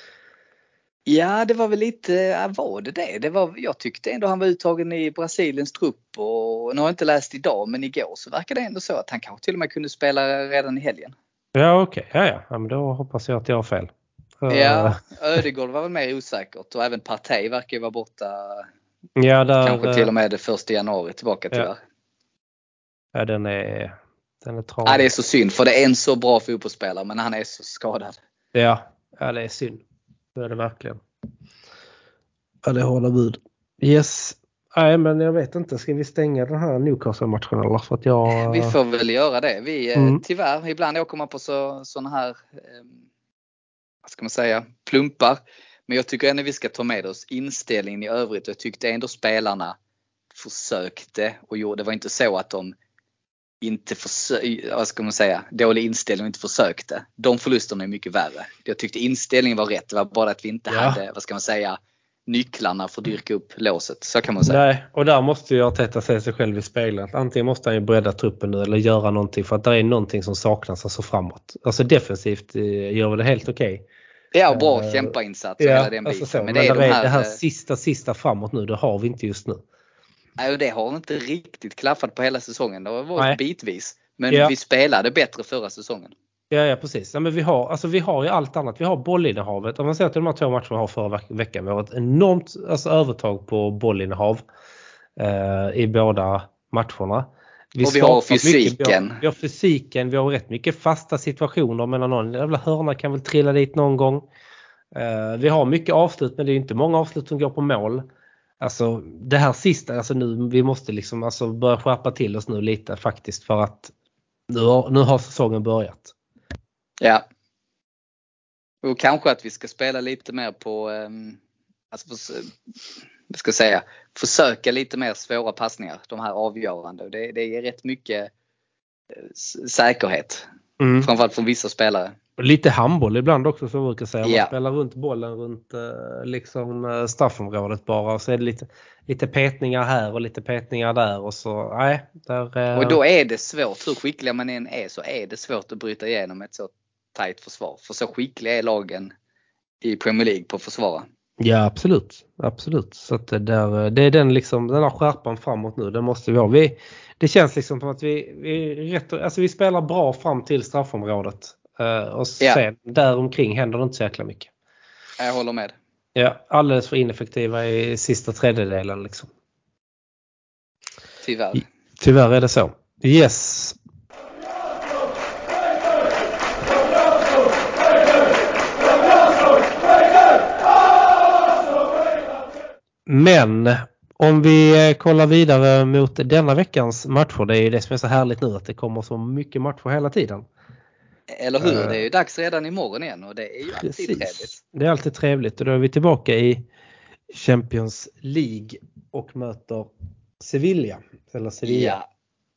Ja, det var väl lite, var det? Jag tyckte ändå han var uttagen i Brasiliens trupp och nu har jag inte läst idag, men igår så verkar det ändå så att han kanske till och med kunde spela redan i helgen. Ja, okej. Ja, men då hoppas jag att jag har fel. Ja, Ödegård var väl mer osäkert och även Partey verkar ju vara borta. Ja, kanske till och med det 1 januari tillbaka tyvärr. Ja, den är tråkig. Ja, det är så synd för det är en så bra fotbollsspelare men han är så skadad. Ja, det är synd. Det är det verkligen. Ja, det håller bud. Yes. Nej, men jag vet inte. Ska vi stänga den här Newcastle-matchen eller? För att Vi får väl göra det. Tyvärr, ibland åker man på såna här vad ska man säga, plumpar. Men jag tycker ändå vi ska ta med oss inställningen i övrigt. Jag tyckte ändå spelarna försökte och gjorde. Det var inte så att de inte vad ska man säga, dålig inställning och inte försökte. De förlusterna är mycket värre. Jag tyckte inställningen var rätt. Det var bara att vi inte hade, vad ska man säga, nycklarna för att dyrka upp låset. Så kan man säga. Nej, och där måste jag tätta sig själv i spelet. Antingen måste han ju bredda truppen nu eller göra någonting för att det är någonting som saknas alltså framåt. Alltså defensivt gör väl det helt okej. Ja, bra kämpainsats och hela den biten. Alltså men det är det här sista framåt nu, det har vi inte just nu. Nej, det har inte riktigt klaffat på hela säsongen. Det har varit bitvis. Men vi spelade bättre förra säsongen. Ja, precis. Ja, men vi har ju allt annat. Vi har bollinnehavet. Om man ser till de här 2 matcherna vi har förra veckan. Vi har ett enormt övertag på bollinnehav i båda matcherna. Och vi har fysiken. Vi har fysiken. Vi har rätt mycket fasta situationer. Men någon jävla hörna kan väl trilla dit någon gång. Vi har mycket avslut, men det är inte många avslut som går på mål. Alltså det här sista, alltså nu vi måste liksom alltså börja skärpa till oss nu lite faktiskt för att nu har säsongen börjat. Ja. Och kanske att vi ska spela lite mer på vad ska jag säga, försöka lite mer svåra passningar, de här avgörande. Det ger rätt mycket säkerhet. Framförallt från vissa spelare. Lite handboll ibland också som jag brukar säga. Man spelar runt bollen runt liksom straffområdet bara och så är det lite petningar här och lite petningar där och så och då är det svårt, hur skickliga man än är så är det svårt att bryta igenom ett så tajt försvar. För så skickliga är lagen i Premier League på att försvara. Ja, absolut. Så att det är den här skärpan framåt nu. Det måste vi ha. Det känns liksom som att vi spelar bra fram till straffområdet. Och sen där omkring händer det inte så jäkla mycket. Jag håller med. Ja, alldeles för ineffektiva i sista tredjedelen liksom. Tyvärr är det så. Yes. Men om vi kollar vidare mot denna veckans matcher, det är ju det som är så härligt nu att det kommer så mycket matcher hela tiden. Eller hur? Det är ju dags redan imorgon igen och det är ju alltid trevligt. Det är alltid trevligt och då är vi tillbaka i Champions League och möter Sevilla. Ja.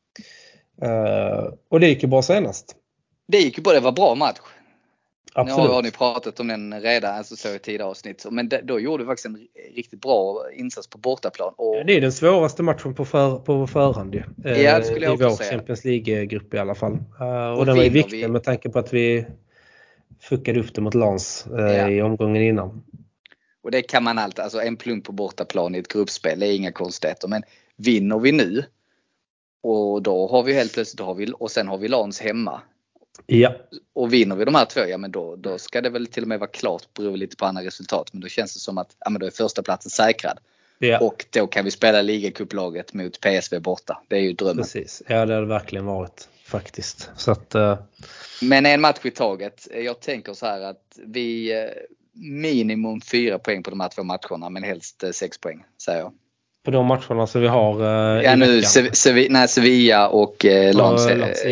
Och det gick ju bra senast. Det var bra match. Absolut. Nu har ni pratat om den redan, alltså så i tidigare avsnitt. Men då gjorde vi faktiskt en riktigt bra insats på bortaplan. Och det är den svåraste matchen på förhand ju. Ja, det skulle jag i också vår säga. Champions League-grupp i alla fall. Och den var ju viktig med tanke på att vi fuckade upp det mot Lans i omgången innan. Och det kan man alltid, alltså en plump på bortaplan i ett gruppspel, det är inga konstigheter. Men vinner vi nu och då har vi helt plötsligt, och sen har vi Lans hemma. Ja. Och vinner vi de här 2, ja men då ska det väl till och med vara klart, beror lite på andra resultat. Men då känns det som att men då är första platsen säkrad. Ja. Och då kan vi spela ligacuplaget mot PSV borta. Det är ju drömmen. Precis, ja det har det verkligen varit faktiskt. Så att, Men en match i taget. Jag tänker så här att vi minimum 4 poäng på de här 2 matcherna, men helst 6 poäng säger jag. På de matcherna som vi har ja, nu Sevilla och Lans.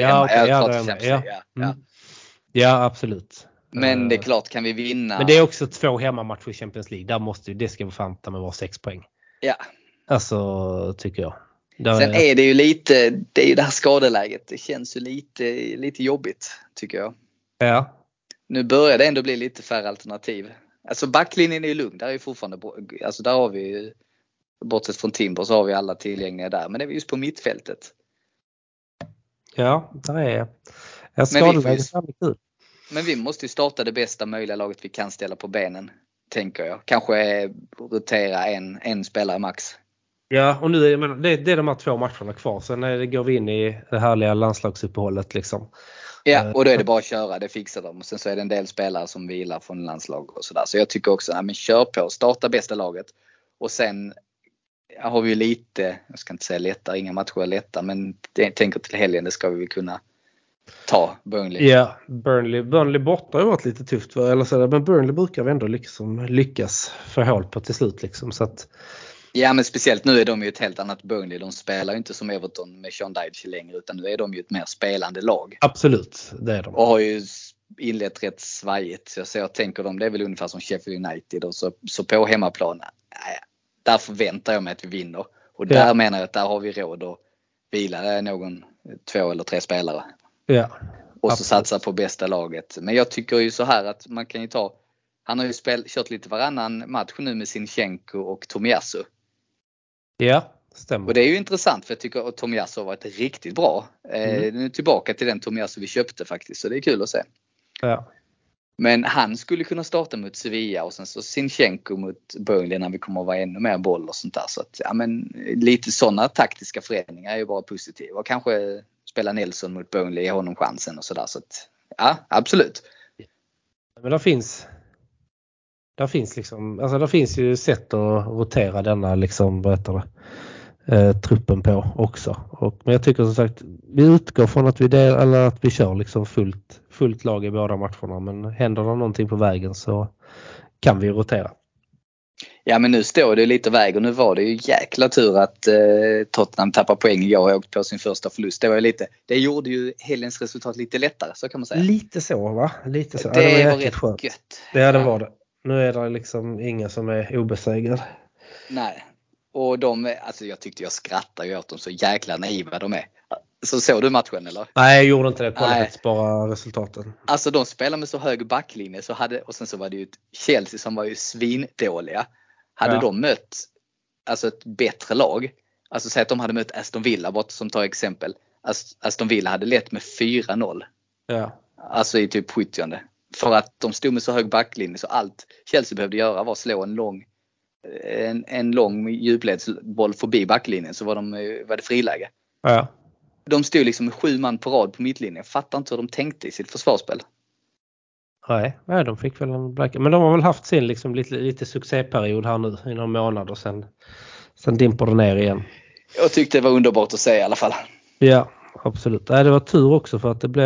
Ja, absolut. Men det är klart, kan vi vinna. Men det är också 2 hemmamatcher i Champions League. Där det ska vi fanta med vara 6 poäng. Ja. Alltså, tycker jag. Sen är det ju lite, det är ju det här skadeläget. Det känns ju lite jobbigt, tycker jag. Ja. Nu börjar det ändå bli lite färre alternativ. Alltså backlinjen är ju lugn. Där är ju fortfarande, alltså där har vi, bortsett från Timber så har vi alla tillgängliga där. Men det är just på mittfältet. Ja, där är skadeläget kul. Men vi måste ju starta det bästa möjliga laget vi kan ställa på benen, tänker jag. Kanske rotera en spelare max. Ja, och nu det är de här 2 matcherna kvar. Sen går vi in i det härliga landslagsuppehållet liksom. Ja, och då är det bara att köra, det fixar de. Och sen så är det en del spelare som vilar från landslag och sådär. Så jag tycker också, men kör på, starta bästa laget. Och sen har vi ju lite, jag ska inte säga lättare, inga matcher är lätta, men jag tänker till helgen, det ska vi kunna ta Burnley. Ja, Burnley borta har varit lite tufft. Men Burnley brukar vi ändå liksom lyckas få hål på till slut liksom, så att. Ja, men speciellt nu är de ju ett helt annat Burnley. De spelar ju inte som Everton med Sean Dyche längre, utan nu är de ju ett mer spelande lag. Absolut, det är de. Och har ju inlett rätt svajigt. Så jag tänker dem, det är väl ungefär som Sheffield United. Och så på hemmaplan, där förväntar jag mig att vi vinner. Och där menar jag att där har vi råd att vila någon 2 eller 3 spelare. Ja. Och så satsa på bästa laget. Men jag tycker ju så här att man kan ju han har ju kört lite varannan match nu med Zinchenko och Tomiyasu. Ja, stämmer. Och det är ju intressant, för jag tycker att Tomiyasu har varit riktigt bra. Nu tillbaka till den Tomiyasu vi köpte faktiskt, så det är kul att se. Ja. Men han skulle kunna starta mot Sevilla och sen så Zinchenko mot Burnley när vi kommer att vara ännu mer boll och sånt där. Så att, lite sådana taktiska förändringar är ju bara positiva. Och kanske spela Nelson mot Burnley, ge honom chansen och sådär. Så att, ja, absolut. Men det finns ju sätt att rotera denna liksom, truppen på också. Men jag tycker som sagt, vi utgår från att vi kör liksom fullt lag i båda matcherna, men händer det någonting på vägen så kan vi rotera. Ja, men nu står det lite väg och nu var det ju jäkla tur att Tottenham tappar poäng. Jag har åkt på sin första förlust. Det gjorde ju helgens resultat lite lättare, så kan man säga. Lite så, va? Lite så. Det var rätt skönt. Gött. Ja, det var det. Nu är det liksom inga som är obesegrade. Nej. Och jag tyckte jag skrattade ju åt dem, så jäkla naiva de är. Så såg du matchen eller? Nej, jag gjorde inte det. Kolla bara resultaten. Alltså de spelar med så hög backlinje och sen så var det ju ett Chelsea som var ju svindåliga. Hade de mött ett bättre lag, alltså säg att de hade mött Aston Villa, bara som tar exempel. Aston Villa hade lett med 4-0. Ja. Alltså i typ 70. För att de stod med så hög backlinje, så allt Chelsea behövde göra var att slå en lång djupledsboll förbi backlinjen, så var det friläge. Ja. De stod liksom 7 man på rad på mittlinjen. Jag fattar inte hur de tänkte i sitt försvarsspel. Nej, de fick väl en black. Men de har väl haft sin liksom lite succéperiod här nu i några månader, sen dimper det ner igen. Jag tyckte det var underbart att se i alla fall. Ja, absolut. Det var tur också, för att det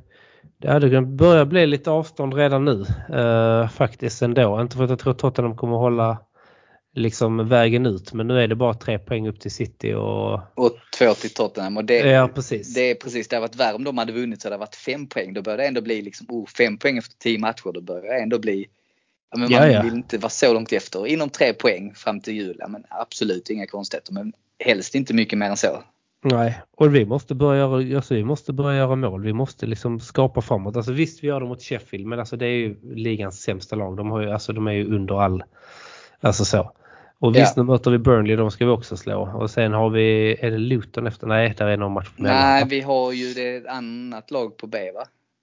börjar bli lite avstånd redan nu. Faktiskt ändå. Inte för att jag tror att Tottenham kommer hålla liksom vägen ut, men nu är det bara 3 poäng upp till City och 2 till Tottenham, och precis. Det är precis, det har varit värre om de hade vunnit, så det har varit 5 poäng. Då börjar det ändå bli liksom 5 poäng efter 10 matcher, då börjar det ändå bli man vill inte vara så långt efter. Inom 3 poäng fram till jul, men absolut inga konstigheter, men helst inte mycket mer än så. Nej, och vi måste börja göra mål. Vi måste liksom skapa framåt. Alltså visst, vi gör det mot Sheffield, men alltså det är ju ligans sämsta lag. De är ju under all, alltså så. Och visst, nu möter vi Burnley, de ska vi också slå. Och sen är det Luton efter? Nej, där är någon match på mellan. Nej, vi har ju det annat lag på B, va?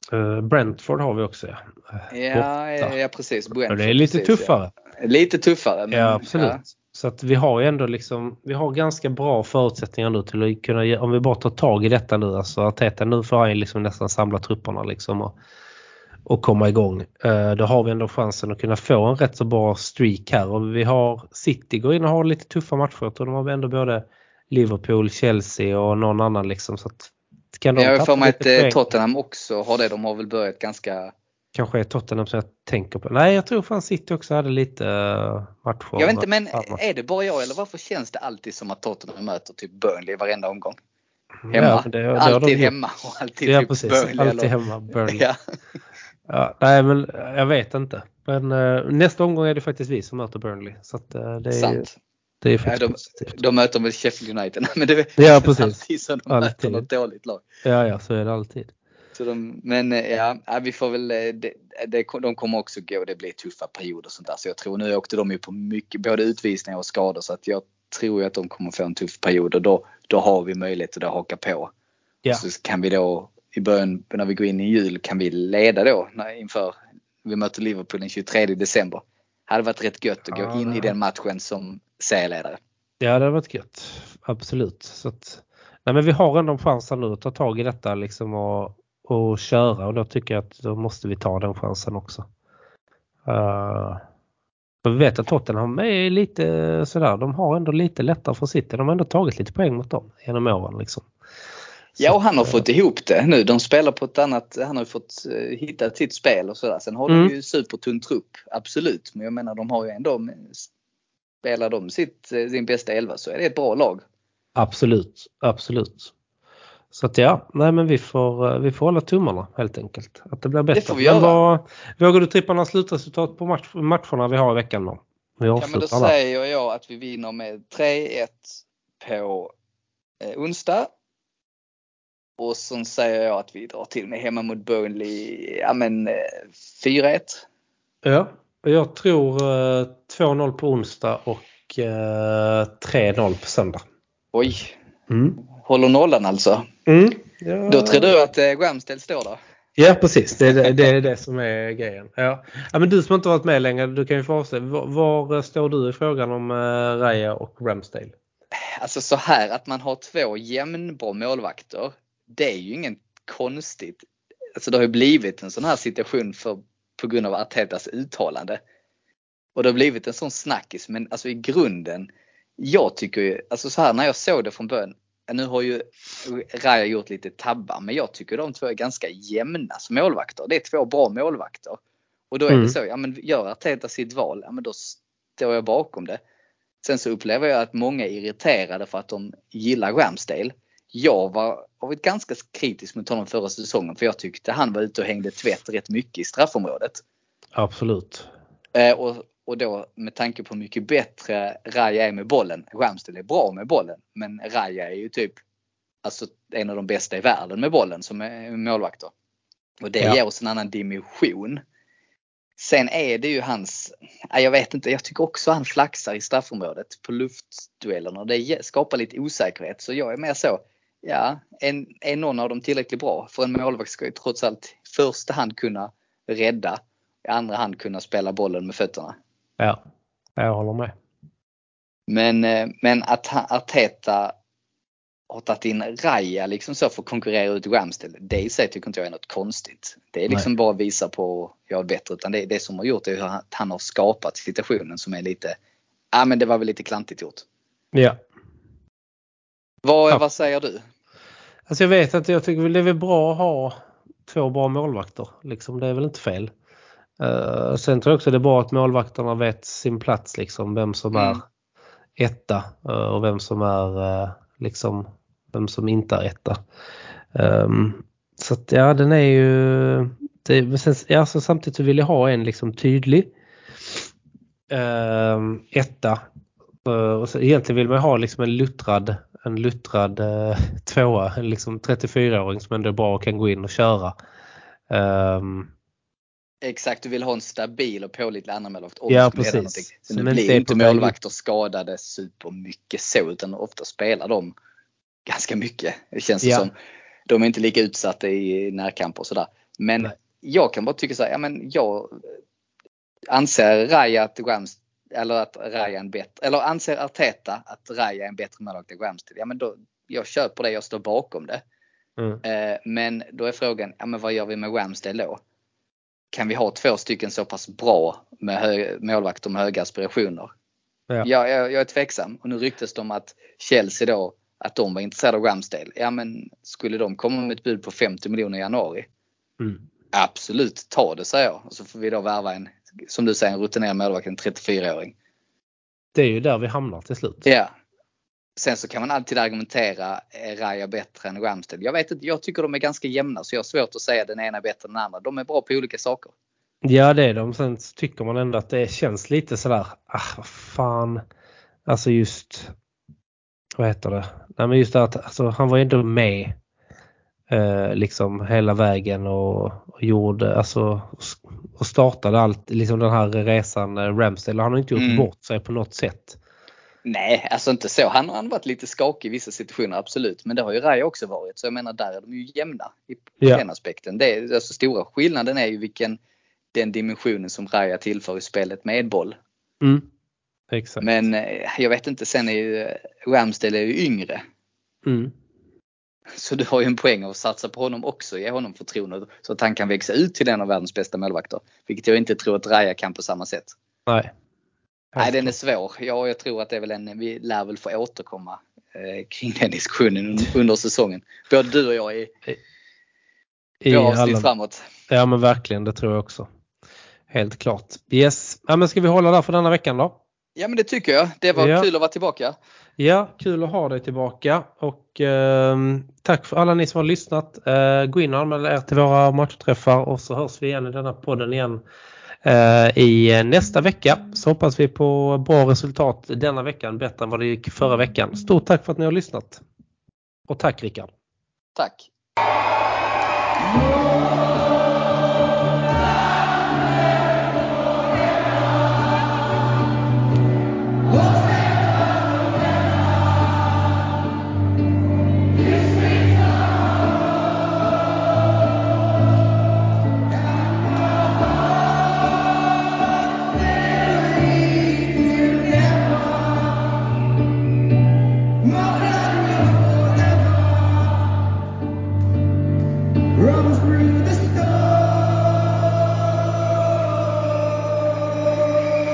Brentford har vi också. Ja, precis. Brentford, det är lite precis, tuffare. Ja. Lite tuffare. Men, ja, absolut. Ja. Så att vi har ju ändå liksom, vi har ganska bra förutsättningar nu till att kunna, om vi bara tar tag i detta nu. Alltså Arteta nu får han liksom nästan samla trupperna liksom och komma igång. Då har vi ändå chansen att kunna få en rätt så bra streak här. Och vi har City går in och har lite tuffa matcher. Och de har ändå både Liverpool, Chelsea och någon annan liksom. Så att, kan de jag får mig att poäng? Tottenham också har det. De har väl börjat ganska... Kanske är Tottenham som jag tänker på. Nej, jag tror fan City också hade lite matcher. Jag vet inte, men är det bara jag eller varför känns det alltid som att Tottenham möter typ Burnley varenda omgång? Hemma. Ja, det alltid hemma och alltid ja, typ precis. Burnley. Alltid eller... hemma, Burnley. Ja. Ja, nej, men jag vet inte. Men nästa omgång är det faktiskt vi som möter Burnley. Så att, det är Sant. Det är faktiskt positivt. De möter väl Sheffield United. Men det ja, precis. Alltid så de möter något dåligt lag. Ja, så är det alltid. Så men vi får väl, de kommer också gå, det blir tuffa perioder och sånt där. Så jag tror, nu åkte de ju på mycket, både utvisningar och skador. Så att jag tror ju att de kommer få en tuff period. Och då har vi möjlighet att haka på. Ja. Så kan vi då, i början när vi går in i jul, kan vi leda då inför vi möter Liverpool den 23 december. Hade varit rätt gött att gå in i den matchen som serieledare. Ja, det hade varit gött. Absolut. Så att, nej, men vi har ändå chansen nu att ta tag i detta liksom och köra. Och då tycker jag att då måste vi ta den chansen också. För vi vet att Tottenham är lite sådär. De har ändå lite lättare för City. De har ändå tagit lite poäng mot dem genom åren liksom. Ja, och han har fått ihop det nu. De spelar på ett annat... Han har ju fått hitta sitt spel och sådär. Sen har de ju supertunn trupp, absolut. Men jag menar, de har ju ändå... Spelar de sin bästa 11 så är det ett bra lag. Absolut. Så att men vi får hålla tummarna helt enkelt. Att det blir bättre. Det får vi göra. Vad går du tipparna slutresultat på matcherna vi har i veckan då? Men då säger jag att vi vinner med 3-1 på onsdag. Och så säger jag att vi drar till med hemma mot Burnley. 4-1. Ja, jag tror 2-0 på onsdag och 3-0 på söndag. Oj. Håller nollan alltså. Ja. Då tror du att Ramsdale står där. Ja, precis. Det är det som är grejen. Ja, men du som inte varit med längre, du kan ju få avse. Var står du i frågan om Raya och Ramsdale? Alltså så här, att man har 2 jämnbra målvakter, det är ju ingen konstigt. Alltså det har ju blivit en sån här situation på grund av Artetas uttalande. Och det har blivit en sån snackis. Men alltså i grunden, jag tycker ju, alltså så här när jag såg det från början, nu har ju Raya gjort lite tabbar, men jag tycker de 2 är ganska jämna som målvakter. Det är 2 bra målvakter. Och då är det så, gör Arteta sitt val, då står jag bakom det. Sen så upplever jag att många är irriterade för att de gillar Ramsdale. Jag var ganska kritisk mot honom förra säsongen, för jag tyckte han var ute och hängde tvätt rätt mycket i straffområdet. Absolut. Och då med tanke på hur mycket bättre Raya är med bollen. Ramsdale är bra med bollen, men Raya är ju typ en av de bästa i världen med bollen som är målvakter. Och det ger oss en annan dimension. Sen är det ju jag vet inte, jag tycker också han flaxar i straffområdet på luftduellerna. Det skapar lite osäkerhet. Så jag är mer så, är någon av dem tillräckligt bra? För en målvakt ska ju trots allt i första hand kunna rädda, i andra hand kunna spela bollen med fötterna. Ja, jag håller med. Men att Arteta har tagit in Raya liksom så för att konkurrera ut Ramsdale, det i sig tycker inte jag är något konstigt. Det är liksom bara att visa på att jag är bättre, utan det som har gjort är att han har skapat situationen som är lite, men det var väl lite klantigt gjort. Ja. Vad säger du? Alltså jag vet att jag tycker det är väl bra att ha 2 bra målvakter. Liksom, det är väl inte fel. Sen tror jag också det är bra att målvakterna vet sin plats. Liksom, vem som är etta och vem som är vem som inte är etta. Så att den är ju så samtidigt så vill jag ha en liksom tydlig etta. Och så egentligen vill man ha liksom en luttrad tvåa, en liksom 34-åring som ändå är bra och kan gå in och köra. Exakt, du vill ha en stabil och pålitlig andra målvakt. Ja, precis. Så nu blir inte målvakter skadade supermycket så, utan ofta spelar de ganska mycket. Det känns som de är inte lika utsatta i närkamp och sådär. Men jag kan bara tycka så här, ja men jag anser Raya att Raya är en bättre, eller anser Arteta att Raya är en bättre målvakt än Ramsdale. Ja men då, jag köper det, jag står bakom det. Men då är frågan, ja men vad gör vi med Ramsdale då? Kan vi ha 2 stycken så pass bra med målvakter med höga aspirationer? Ja. Jag är tveksam. Och nu ryktas det om att Chelsea då, att de var intresserade av Ramsdale. Ja men skulle de komma med ett bud på 50 miljoner i januari? Absolut, ta det, säger jag. Och så får vi då värva en, som du säger, en rutinerad målvakt, en 34-åring. Det är ju där vi hamnar till slut. Ja. Sen så kan man alltid argumentera, är Raya bättre än Ramsdale? Jag vet inte, jag tycker de är ganska jämna, så jag har svårt att säga den ena är bättre än den andra. De är bra på olika saker. Ja, det är de. Sen tycker man ändå att det känns lite sådär, vad fan. Alltså just, vad heter det? Nej, men just det att alltså, han var ändå med liksom hela vägen och gjorde, alltså, och startade allt, liksom den här resan. Ramsdale, han har inte gjort bort sig på något sätt. Nej, alltså inte så. Han har varit lite skakig i vissa situationer, absolut. Men det har ju Raya också varit. Så jag menar, där är de ju jämna på den aspekten. Det är, alltså, stora skillnaden är ju den dimensionen som Raya tillför i spelet med boll. Exakt. Men jag vet inte, sen är ju Ramsdale är ju yngre. Så du har ju en poäng att satsa på honom också. Ge honom förtroende så att han kan växa ut till en av världens bästa målvakter. Vilket jag inte tror att Raya kan på samma sätt. Nej, den är svår. Jag tror att det är väl vi lär väl få återkomma kring den diskussionen under säsongen. Både du och jag i avsnitt framåt. Ja men verkligen, det tror jag också. Helt klart. Yes. Ja, men ska vi hålla där för denna veckan då? Ja men det tycker jag. Det var kul att vara tillbaka. Ja, kul att ha dig tillbaka. Och tack för alla ni som har lyssnat. Gå in och anmäl er till våra matchträffar och så hörs vi igen i denna podden igen i nästa vecka. Så hoppas vi på bra resultat denna veckan, bättre än vad det gick förra veckan. Stort tack för att ni har lyssnat. Och tack Rickard. Tack.